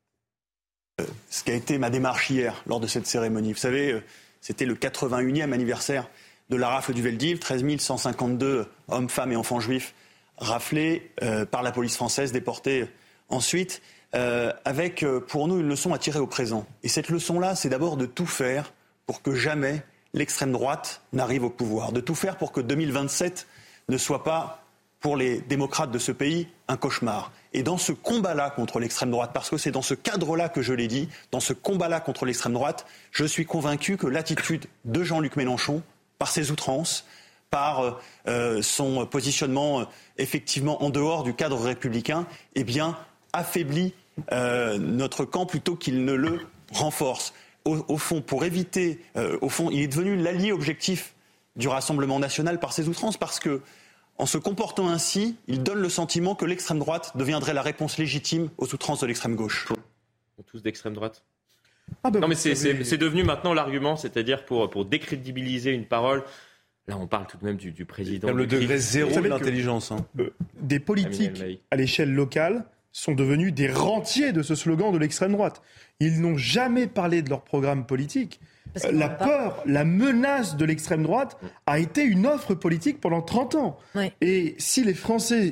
Ce qui a été ma démarche hier lors de cette cérémonie. Vous savez, c'était le 81e anniversaire de la rafle du Vel-d'Hiv, 13 152 hommes, femmes et enfants juifs raflés par la police française, déportés ensuite, avec pour nous une leçon à tirer au présent. Et cette leçon-là, c'est d'abord de tout faire pour que jamais l'extrême droite n'arrive au pouvoir, de tout faire pour que 2027 ne soit pas, pour les démocrates de ce pays, un cauchemar. Et dans ce combat-là contre l'extrême droite, parce que c'est dans ce cadre-là que je l'ai dit, dans ce combat-là contre l'extrême droite, je suis convaincu que l'attitude de Jean-Luc Mélenchon, par ses outrances, par son positionnement effectivement en dehors du cadre républicain, eh bien, affaiblit notre camp plutôt qu'il ne le renforce. Au fond, pour éviter, il est devenu l'allié objectif du Rassemblement national par ses outrances, parce que, en se comportant ainsi, il donne le sentiment que l'extrême droite deviendrait la réponse légitime aux outrances de l'extrême gauche. Ils sont tous d'extrême droite. Non mais c'est devenu maintenant l'argument, c'est-à-dire pour décrédibiliser une parole. Là, on parle tout de même du président. Le degré zéro de l'intelligence. Des politiques à l'échelle locale sont devenus des rentiers de ce slogan de l'extrême droite. Ils n'ont jamais parlé de leur programme politique. La peur, la menace de l'extrême droite a été une offre politique pendant 30 ans. Oui. Et si les Français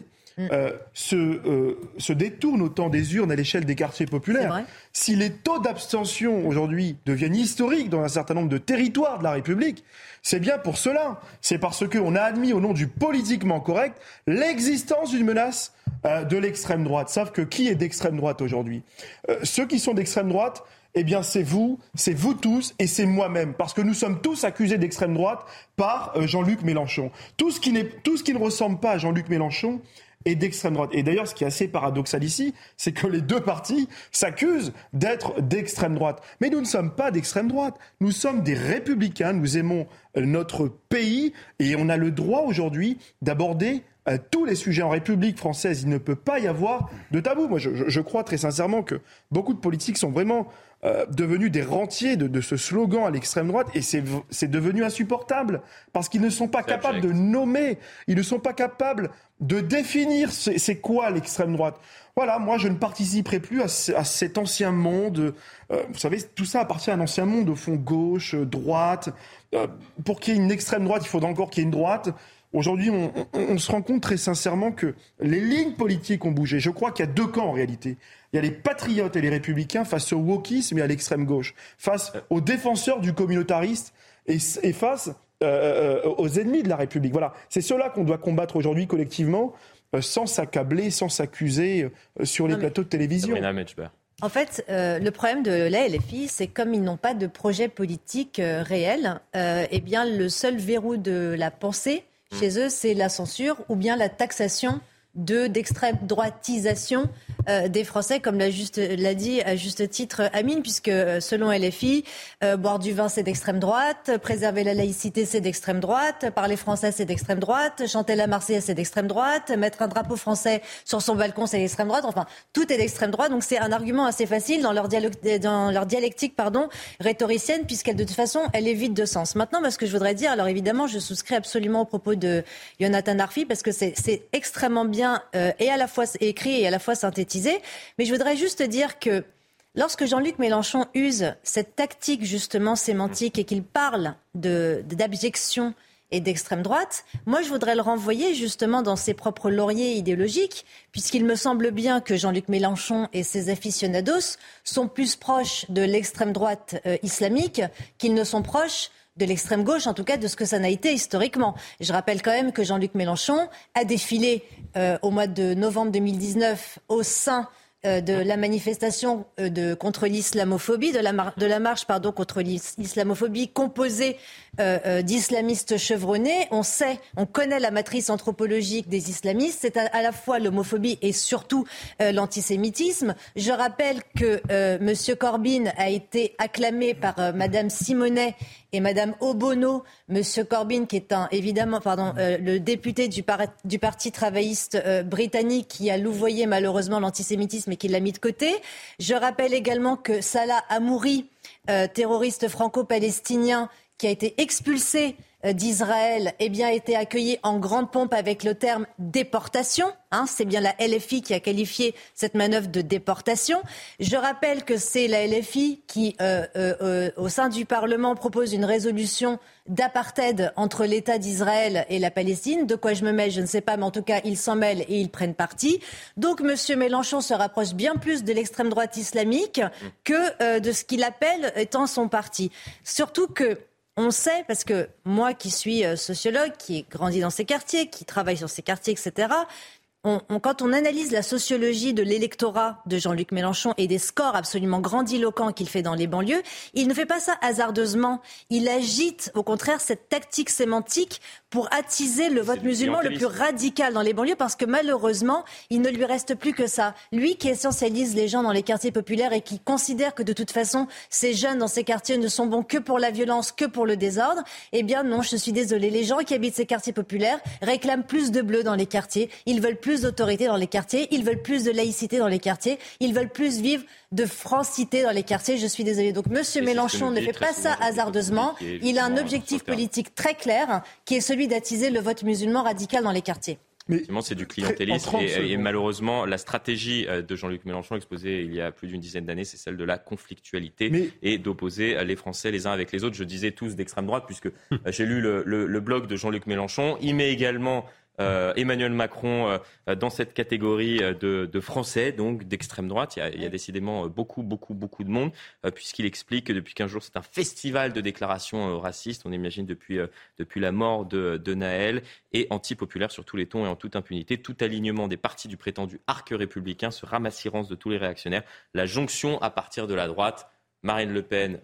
se détournent autant des urnes à l'échelle des quartiers populaires, si les taux d'abstention aujourd'hui deviennent historiques dans un certain nombre de territoires de la République, c'est bien pour cela. C'est parce qu'on a admis au nom du politiquement correct l'existence d'une menace de l'extrême droite. Savent que qui est d'extrême droite aujourd'hui ? Ceux qui sont d'extrême droite, eh bien c'est vous tous et c'est moi-même, parce que nous sommes tous accusés d'extrême droite par Jean-Luc Mélenchon. Tout ce qui ne ressemble pas à Jean-Luc Mélenchon est d'extrême droite. Et d'ailleurs, ce qui est assez paradoxal ici, c'est que les deux partis s'accusent d'être d'extrême droite. Mais nous ne sommes pas d'extrême droite. Nous sommes des républicains, nous aimons notre pays et on a le droit aujourd'hui d'aborder tous les sujets en République française. Il ne peut pas y avoir de tabou. Moi, je crois très sincèrement que beaucoup de politiques sont vraiment devenus des rentiers de ce slogan à l'extrême droite, et c'est devenu insupportable parce qu'ils ne sont pas capables de nommer, ils ne sont pas capables de définir c'est quoi l'extrême droite. Voilà, moi je ne participerai plus à cet ancien monde. Vous savez, tout ça appartient à un ancien monde, au fond, gauche, droite. Pour qu'il y ait une extrême droite, il faudra encore qu'il y ait une droite. Aujourd'hui, on se rend compte très sincèrement que les lignes politiques ont bougé. Je crois qu'il y a deux camps en réalité. Il y a les patriotes et les républicains face au wokisme et à l'extrême gauche, face aux défenseurs du communautarisme et face aux ennemis de la République. Voilà, c'est cela qu'on doit combattre aujourd'hui collectivement, sans s'accabler, sans s'accuser sur les plateaux de télévision. En fait, le problème de la LFI, c'est comme ils n'ont pas de projet politique réel, eh bien le seul verrou de la pensée chez eux, c'est la censure ou bien la taxation d'extrême droitisation des Français, comme l'a dit à juste titre Amine, puisque selon LFI, boire du vin c'est d'extrême droite, préserver la laïcité c'est d'extrême droite, parler français c'est d'extrême droite, chanter la Marseillaise c'est d'extrême droite, mettre un drapeau français sur son balcon c'est d'extrême droite, enfin tout est d'extrême droite, donc c'est un argument assez facile dans leur dialectique rhétoricienne, puisqu'elle de toute façon elle est vide de sens. Maintenant, ce que je voudrais dire, alors évidemment je souscris absolument au propos de Jonathan Arfi, parce que c'est extrêmement bien et à la fois écrit et à la fois synthétisé. Mais je voudrais juste dire que lorsque Jean-Luc Mélenchon use cette tactique justement sémantique et qu'il parle d'abjection et d'extrême droite, moi je voudrais le renvoyer justement dans ses propres lauriers idéologiques, puisqu'il me semble bien que Jean-Luc Mélenchon et ses aficionados sont plus proches de l'extrême droite islamique qu'ils ne sont proches de l'extrême gauche, en tout cas de ce que ça n'a été historiquement. Je rappelle quand même que Jean-Luc Mélenchon a défilé au mois de novembre 2019 au sein de la manifestation contre l'islamophobie, de la marche contre l'islamophobie composée d'islamistes chevronnés. On connaît la matrice anthropologique des islamistes, c'est à la fois l'homophobie et surtout l'antisémitisme. Je rappelle que M. Corbyn a été acclamé par Mme Simonet et Mme Obono. M. Corbyn, qui est le député du Parti travailliste britannique, qui a louvoyé malheureusement l'antisémitisme et qui l'a mis de côté. Je rappelle également que Salah Hamouri, terroriste franco-palestinien, qui a été expulsé d'Israël, a été accueilli en grande pompe avec le terme déportation. C'est bien la LFI qui a qualifié cette manœuvre de déportation. Je rappelle que c'est la LFI qui, au sein du Parlement, propose une résolution d'apartheid entre l'État d'Israël et la Palestine. De quoi je me mêle, je ne sais pas, mais en tout cas, ils s'en mêlent et ils prennent parti. Donc, M. Mélenchon se rapproche bien plus de l'extrême droite islamique que de ce qu'il appelle étant son parti. Surtout que on sait, parce que moi qui suis sociologue, qui ai grandi dans ces quartiers, qui travaille sur ces quartiers, etc., quand on analyse la sociologie de l'électorat de Jean-Luc Mélenchon et des scores absolument grandiloquents qu'il fait dans les banlieues, il ne fait pas ça hasardeusement. Il agite, au contraire, cette tactique sémantique pour attiser le vote musulman le plus radical dans les banlieues, parce que malheureusement, il ne lui reste plus que ça. Lui qui essentialise les gens dans les quartiers populaires et qui considère que de toute façon, ces jeunes dans ces quartiers ne sont bons que pour la violence, que pour le désordre, eh bien non, je suis désolée. Les gens qui habitent ces quartiers populaires réclament plus de bleu dans les quartiers. Ils veulent plus d'autorité dans les quartiers, ils veulent plus de laïcité dans les quartiers, ils veulent plus vivre de francité dans les quartiers. Je suis désolée. Donc M. Mélenchon ne fait pas ça hasardeusement. Il a un objectif politique très clair qui est celui d'attiser le vote musulman radical dans les quartiers. Effectivement, c'est du clientélisme et malheureusement, la stratégie de Jean-Luc Mélenchon exposée il y a plus d'une dizaine d'années, c'est celle de la conflictualité et d'opposer les Français les uns avec les autres. Je disais tous d'extrême droite puisque j'ai lu le blog de Jean-Luc Mélenchon. Il met également Emmanuel Macron dans cette catégorie de Français, donc d'extrême droite. Il y a décidément beaucoup de monde, puisqu'il explique que depuis 15 jours, c'est un festival de déclarations racistes. On imagine depuis la mort de Naël, et anti-populaire sur tous les tons et en toute impunité. Tout alignement des partis du prétendu arc républicain, ce ramassirance de tous les réactionnaires, la jonction à partir de la droite, Marine Le Pen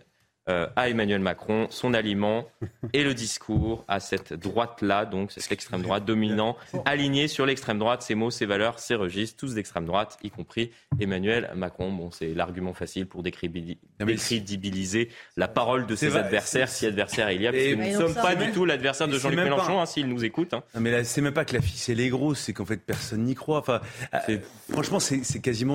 à Emmanuel Macron, son aliment et le discours à cette droite-là, donc cette extrême droite dominant, alignée sur l'extrême droite, ses mots, ses valeurs, ses registres, tous d'extrême droite, y compris Emmanuel Macron. Bon, c'est l'argument facile pour décrédibiliser la parole de ses adversaires, si adversaire il y a, parce que nous ne sommes pas du tout l'adversaire de Jean-Luc Mélenchon, s'il nous écoute. Non, mais là, c'est même pas que la ficelle est grosse, c'est qu'en fait personne n'y croit. Enfin, franchement, c'est quasiment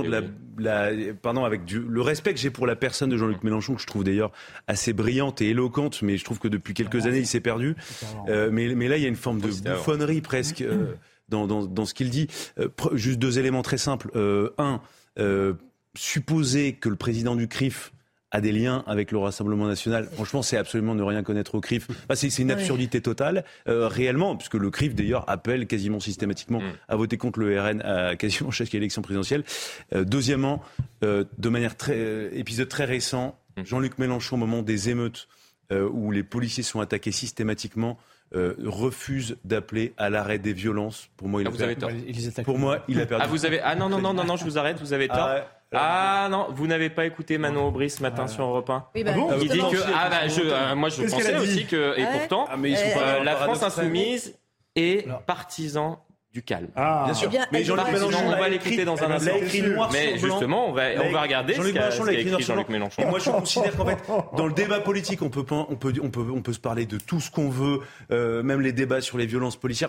avec le respect que j'ai pour la personne de Jean-Luc Mélenchon, que je trouve d'ailleurs assez brillante et éloquente, mais je trouve que depuis quelques années, il s'est perdu. Mais là, il y a une forme de bouffonnerie presque dans ce qu'il dit. Juste deux éléments très simples. Supposer que le président du CRIF a des liens avec le Rassemblement national. Franchement, c'est absolument ne rien connaître au CRIF. C'est une absurdité totale, réellement, puisque le CRIF, d'ailleurs, appelle quasiment systématiquement à voter contre le RN à quasiment chaque élection présidentielle. Deuxièmement, de manière épisode très récent, Jean-Luc Mélenchon, au moment des émeutes, où les policiers sont attaqués systématiquement, refuse d'appeler à l'arrêt des violences. Pour moi, vous avez tort. Pour moi, il a perdu. Non, je vous arrête, vous avez tort. Non, vous n'avez pas écouté Manon Aubry ce matin sur Europe 1. Oui, il dit que moi je pensais aussi que, et pourtant, la France insoumise est partisan du calme. Bien sûr. Mais Jean-Luc Mélenchon, on va l'écouter dans un instant. Mais justement, on va regarder ce qu'a écrit Jean-Luc Mélenchon. Et moi, je considère qu'en fait, dans le débat politique, on peut se parler de tout ce qu'on veut, même les débats sur les violences policières.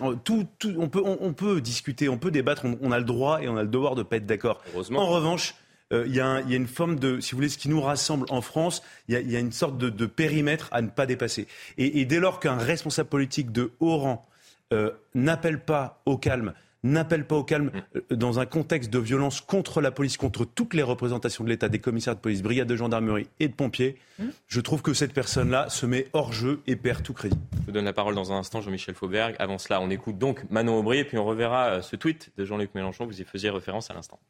On peut discuter, on peut débattre. On a le droit et on a le devoir de pas être d'accord. Heureusement. En revanche, il y a une forme de, si vous voulez, ce qui nous rassemble en France, il y a une sorte de périmètre à ne pas dépasser. Et dès lors qu'un responsable politique de haut rang n'appelle pas au calme dans un contexte de violence contre la police, contre toutes les représentations de l'État, des commissaires de police, brigades de gendarmerie et de pompiers, je trouve que cette personne-là se met hors jeu et perd tout crédit. Je vous donne la parole dans un instant, Jean-Michel Fauberg. Avant cela, on écoute donc Manon Aubry et puis on reverra ce tweet de Jean-Luc Mélenchon, vous y faisiez référence à l'instant.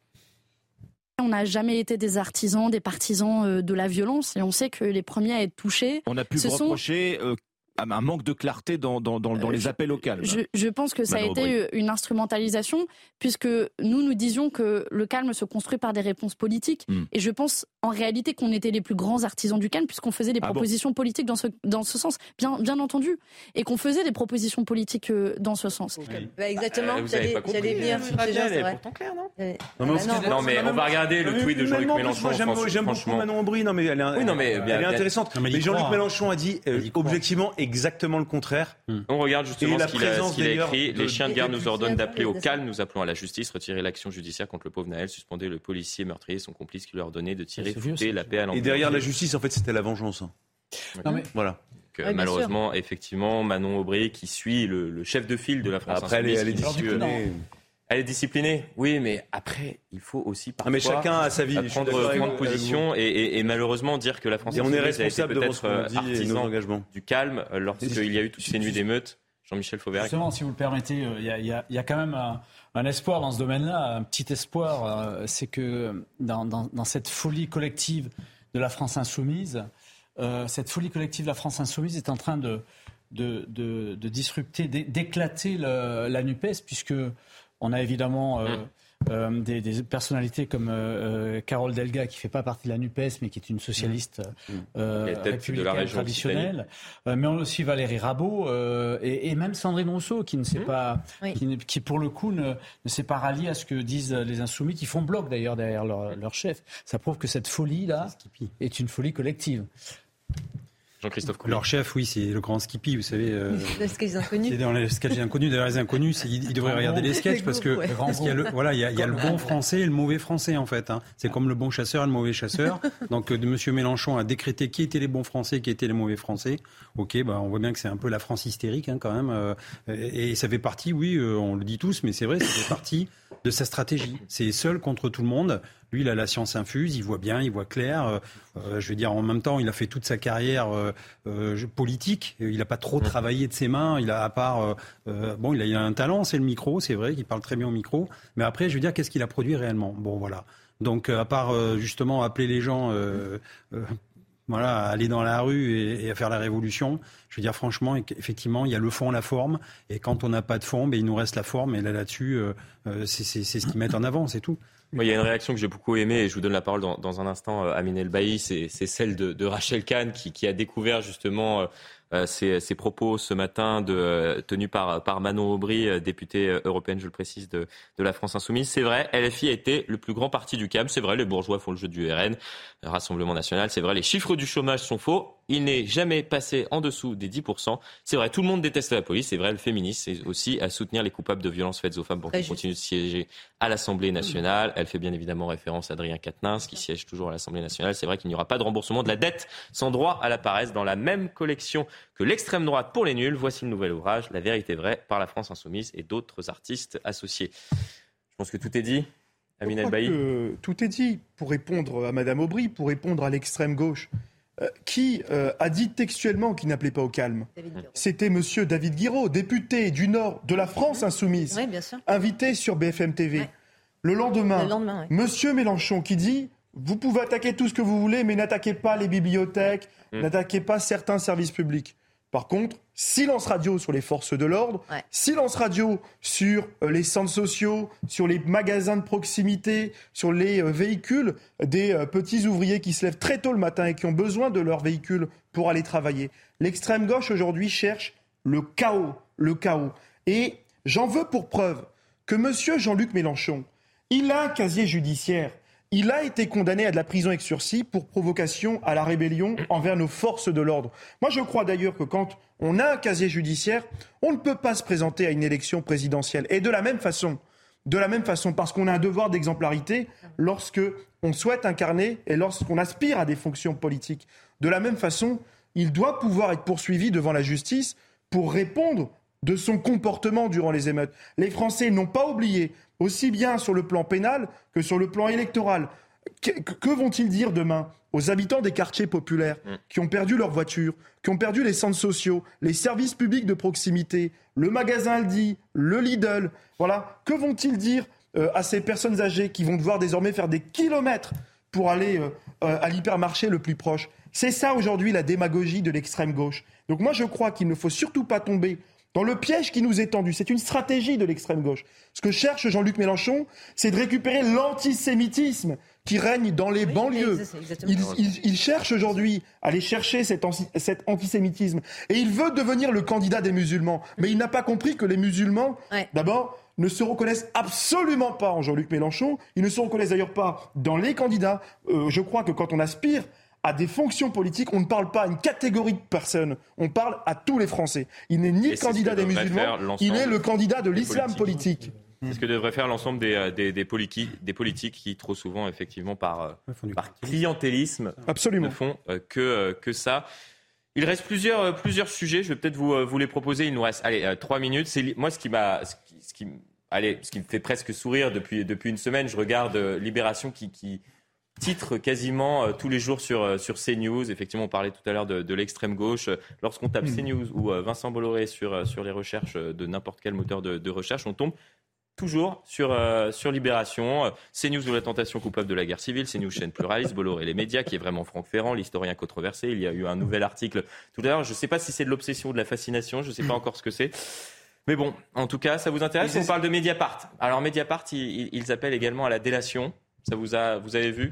On n'a jamais été des artisans, des partisans de la violence et on sait que les premiers à être touchés... On a pu vous reprocher un manque de clarté dans les appels au calme. Je pense que ça a été une instrumentalisation, puisque nous disions que le calme se construit par des réponses politiques. Et je pense en réalité qu'on était les plus grands artisans du calme, puisqu'on faisait des propositions politiques dans ce sens, bien entendu. Et qu'on faisait des propositions politiques dans ce sens. Exactement, j'allais venir sur ces gens, c'est vrai. Pourtant clair, non, mais on va regarder le tweet de Jean-Luc Mélenchon. J'aime beaucoup Manon Aubry, mais elle est intéressante. Mais Jean-Luc Mélenchon a dit objectivement exactement le contraire. On regarde justement ce qu'il a écrit. Les chiens de garde nous ordonnent d'appeler au calme. Nous appelons à la justice, retirer l'action judiciaire contre le pauvre Naël, suspender le policier meurtrier et son complice qui lui a ordonné de tirer, fouter la paix à l'ambiance. Et derrière la justice, en fait, c'était la vengeance. Voilà. Malheureusement, effectivement, Manon Aubry qui suit le chef de file de la France. Après, elle est disciplinée. Elle est disciplinée, oui, mais après, il faut aussi parfois mais chacun a sa vie. prendre position et malheureusement dire que la France on est responsable de ce qu'on dit et nos engagements. Du calme lorsqu'il y a eu toutes ces nuits d'émeutes. Jean-Michel Fauberg. Justement, si vous le permettez, il y a quand même un espoir dans ce domaine-là, un petit espoir, c'est que dans cette folie collective de la France insoumise, cette folie collective de la France insoumise est en train de disrupter, d'éclater la NUPES, puisque on a évidemment des personnalités comme Carole Delga, qui ne fait pas partie de la NUPES, mais qui est une socialiste républicaine traditionnelle. Mais on a aussi Valérie Rabault et même Sandrine Rousseau, qui ne sait pas, qui pour le coup ne s'est pas ralliée à ce que disent les Insoumis, qui font bloc d'ailleurs derrière leur chef. Ça prouve que cette folie-là est une folie collective. Jean-Christophe Coulier. Leur chef, oui, c'est le grand Skippy, vous savez. Les sketchs inconnus. C'est dans les sketchs inconnus. D'ailleurs, les inconnus, ils devraient regarder les sketchs parce que il y a le bon français et le mauvais français, en fait. C'est comme le bon chasseur et le mauvais chasseur. Donc, M. Mélenchon a décrété qui étaient les bons français, qui étaient les mauvais français. Ok, on voit bien que c'est un peu la France hystérique, quand même. Et ça fait partie, oui, on le dit tous, mais c'est vrai, ça fait partie de sa stratégie. C'est seul contre tout le monde. Lui, il a la science infuse, il voit bien, il voit clair. Je veux dire, en même temps, il a fait toute sa carrière politique. Il n'a pas trop travaillé de ses mains. Il a, à part, il a un talent, c'est le micro, c'est vrai, qu'il parle très bien au micro. Mais après, je veux dire, qu'est-ce qu'il a produit réellement ? Bon, voilà. Donc, à part justement appeler les gens, à aller dans la rue et à faire la révolution. Je veux dire, franchement, effectivement, il y a le fond, la forme. Et quand on n'a pas de fond, il nous reste la forme. Et là-dessus, c'est ce qu'ils mettent en avant, c'est tout. Il y a une réaction que j'ai beaucoup aimée et je vous donne la parole dans un instant, Amine El-Bailly, c'est celle de Rachel Kahn qui a découvert justement ces propos ce matin tenus par Manon Aubry, députée européenne, je le précise, de la France Insoumise. C'est vrai, LFI a été le plus grand parti du calme. C'est vrai, les bourgeois font le jeu du RN, le Rassemblement National. C'est vrai, les chiffres du chômage sont faux. Il n'est jamais passé en dessous des 10%. C'est vrai, tout le monde déteste la police. C'est vrai, le féminisme, c'est aussi à soutenir les coupables de violences faites aux femmes pour qu'ils continuent de siéger à l'Assemblée nationale. Elle fait bien évidemment référence à Adrien Quatennens, qui siège toujours à l'Assemblée nationale. C'est vrai qu'il n'y aura pas de remboursement de la dette sans droit à la paresse dans la même collection que l'extrême droite pour les nuls. Voici le nouvel ouvrage, La vérité vraie, par la France Insoumise et d'autres artistes associés. Je pense que tout est dit. Amine El-Bailly. Tout est dit. Pour répondre à Madame Aubry, pour répondre à l'extrême gauche, qui a dit textuellement qu'il n'appelait pas au calme. C'était monsieur David Guiraud, député du Nord de la France insoumise, invité sur BFM TV. Ouais. Le lendemain, monsieur Mélenchon qui dit « Vous pouvez attaquer tout ce que vous voulez, mais n'attaquez pas les bibliothèques, n'attaquez pas certains services publics. » Par contre, silence radio sur les forces de l'ordre, silence radio sur les centres sociaux, sur les magasins de proximité, sur les véhicules des petits ouvriers qui se lèvent très tôt le matin et qui ont besoin de leur véhicule pour aller travailler. L'extrême gauche aujourd'hui cherche le chaos. Et j'en veux pour preuve que monsieur Jean-Luc Mélenchon, il a un casier judiciaire. Il a été condamné à de la prison avec sursis pour provocation à la rébellion envers nos forces de l'ordre. Moi, je crois d'ailleurs que quand on a un casier judiciaire, on ne peut pas se présenter à une élection présidentielle. Et de la même façon, parce qu'on a un devoir d'exemplarité lorsque on souhaite incarner et lorsqu'on aspire à des fonctions politiques. De la même façon, il doit pouvoir être poursuivi devant la justice pour répondre de son comportement durant les émeutes. Les Français n'ont pas oublié, aussi bien sur le plan pénal que sur le plan électoral. Que vont-ils dire demain aux habitants des quartiers populaires qui ont perdu leur voiture, qui ont perdu les centres sociaux, les services publics de proximité, le magasin Aldi, le Lidl, voilà. Que vont-ils dire à ces personnes âgées qui vont devoir désormais faire des kilomètres pour aller à l'hypermarché le plus proche? C'est ça aujourd'hui la démagogie de l'extrême gauche. Donc moi je crois qu'il ne faut surtout pas tomber dans le piège qui nous est tendu. C'est une stratégie de l'extrême gauche. Ce que cherche Jean-Luc Mélenchon, c'est de récupérer l'antisémitisme qui règne dans les banlieues. Il cherche aujourd'hui à aller chercher cet antisémitisme. Et il veut devenir le candidat des musulmans. Mais il n'a pas compris que les musulmans, d'abord, ne se reconnaissent absolument pas en Jean-Luc Mélenchon. Ils ne se reconnaissent d'ailleurs pas dans les candidats. Je crois que quand on aspire à des fonctions politiques, on ne parle pas à une catégorie de personnes, on parle à tous les Français. Il n'est ni le candidat des musulmans, il est le candidat de l'islam politique. C'est ce que devrait faire l'ensemble des politiques qui, trop souvent, effectivement, par clientélisme, ne font que ça. Il reste plusieurs sujets, je vais peut-être vous les proposer. Il nous reste 3 minutes. Moi, ce qui me fait presque sourire depuis une semaine, je regarde Libération qui titre quasiment tous les jours sur CNews. Effectivement, on parlait tout à l'heure de l'extrême gauche. Lorsqu'on tape CNews ou Vincent Bolloré sur les recherches de n'importe quel moteur de recherche, on tombe toujours sur Libération. CNews ou la tentation coupable de la guerre civile, CNews chaîne pluraliste, Bolloré les médias, qui est vraiment Franck Ferrand, l'historien controversé. Il y a eu un nouvel article tout à l'heure. Je ne sais pas si c'est de l'obsession ou de la fascination, je ne sais pas encore ce que c'est. Mais bon, en tout cas, ça vous intéresse. On parle de Mediapart. Alors Mediapart, ils appellent également à la délation. Ça vous avez vu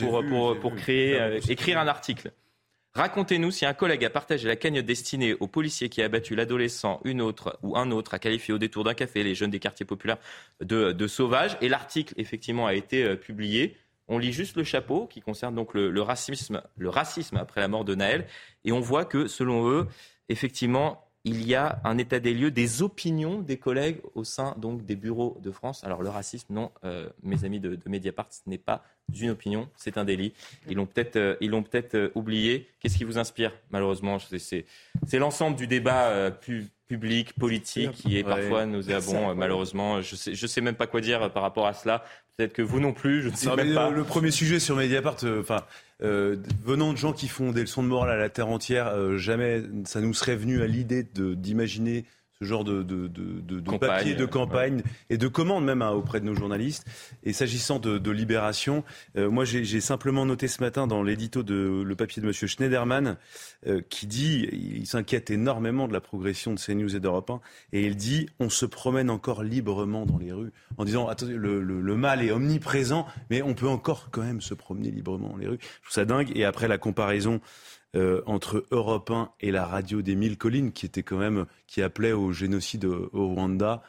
pour écrire un article. Racontez-nous si un collègue a partagé la cagnotte destinée aux policiers qui a abattu l'adolescent, un autre a qualifié au détour d'un café les jeunes des quartiers populaires de sauvages. Et l'article, effectivement, a été publié. On lit juste le chapeau qui concerne donc le racisme après la mort de Naël. Et on voit que, selon eux, effectivement, il y a un état des lieux des opinions des collègues au sein donc des bureaux de France. Alors le racisme, non, mes amis de Mediapart, ce n'est pas une opinion, c'est un délit. Ils l'ont peut-être oublié. Qu'est-ce qui vous inspire, malheureusement? C'est l'ensemble du débat public, politique, qui est parfois nauséabond, malheureusement. Je sais même pas quoi dire par rapport à cela. Peut-être que vous non plus, je ne sais même pas. Le premier sujet sur Mediapart, venant de gens qui font des leçons de morale à la terre entière, jamais ça nous serait venu à l'idée d'imaginer ce genre de papier de campagne et de commande même auprès de nos journalistes. Et s'agissant de Libération, moi j'ai simplement noté ce matin dans l'édito le papier de M. Schneiderman qui dit, il s'inquiète énormément de la progression de CNews et d'Europe 1, et il dit on se promène encore librement dans les rues, en disant attendez, le mal est omniprésent, mais on peut encore quand même se promener librement dans les rues. Je trouve ça dingue. Et après la comparaison entre Europe 1 et la radio des Mille Collines, qui appelait au génocide au Rwanda.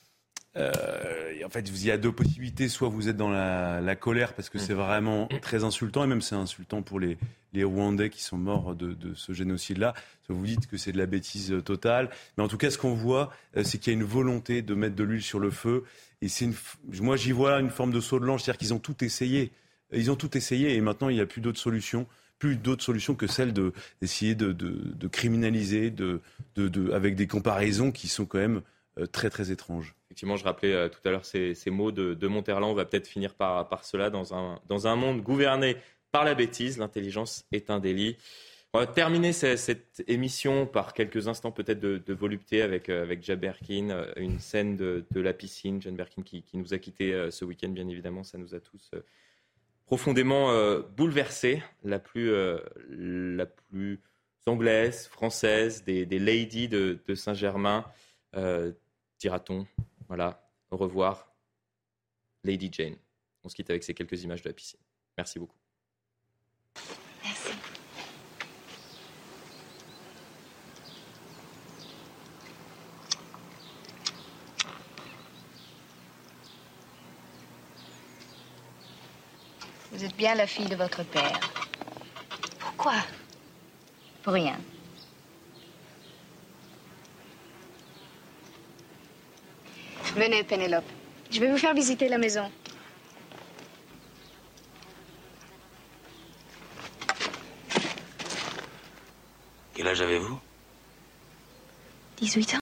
En fait, il y a deux possibilités. Soit vous êtes dans la colère parce que c'est vraiment très insultant, et même c'est insultant pour les Rwandais qui sont morts de ce génocide-là. Soit vous dites que c'est de la bêtise totale. Mais en tout cas, ce qu'on voit, c'est qu'il y a une volonté de mettre de l'huile sur le feu. Et moi, j'y vois une forme de saut de l'ange, c'est-à-dire qu'ils ont tout essayé. Ils ont tout essayé, et maintenant, il n'y a plus d'autres solutions que celle d'essayer de criminaliser, avec des comparaisons qui sont quand même très très étranges. effectivement, je rappelais tout à l'heure ces mots de Monterland. On va peut-être finir par cela dans un monde gouverné par la bêtise. L'intelligence est un délit. On va terminer cette émission par quelques instants peut-être de volupté avec Jane Birkin, une scène de la piscine. Jane Birkin qui nous a quittés ce week-end, bien évidemment. Ça nous a tous profondément bouleversés. La plus anglaise, française, des ladies de Saint-Germain, dira-t-on. Voilà, au revoir, Lady Jane. On se quitte avec ces quelques images de la piscine. Merci beaucoup. Merci. Vous êtes bien la fille de votre père. Pourquoi ? Pour rien. Venez, Pénélope. Je vais vous faire visiter la maison. Quel âge avez-vous ? 18 ans.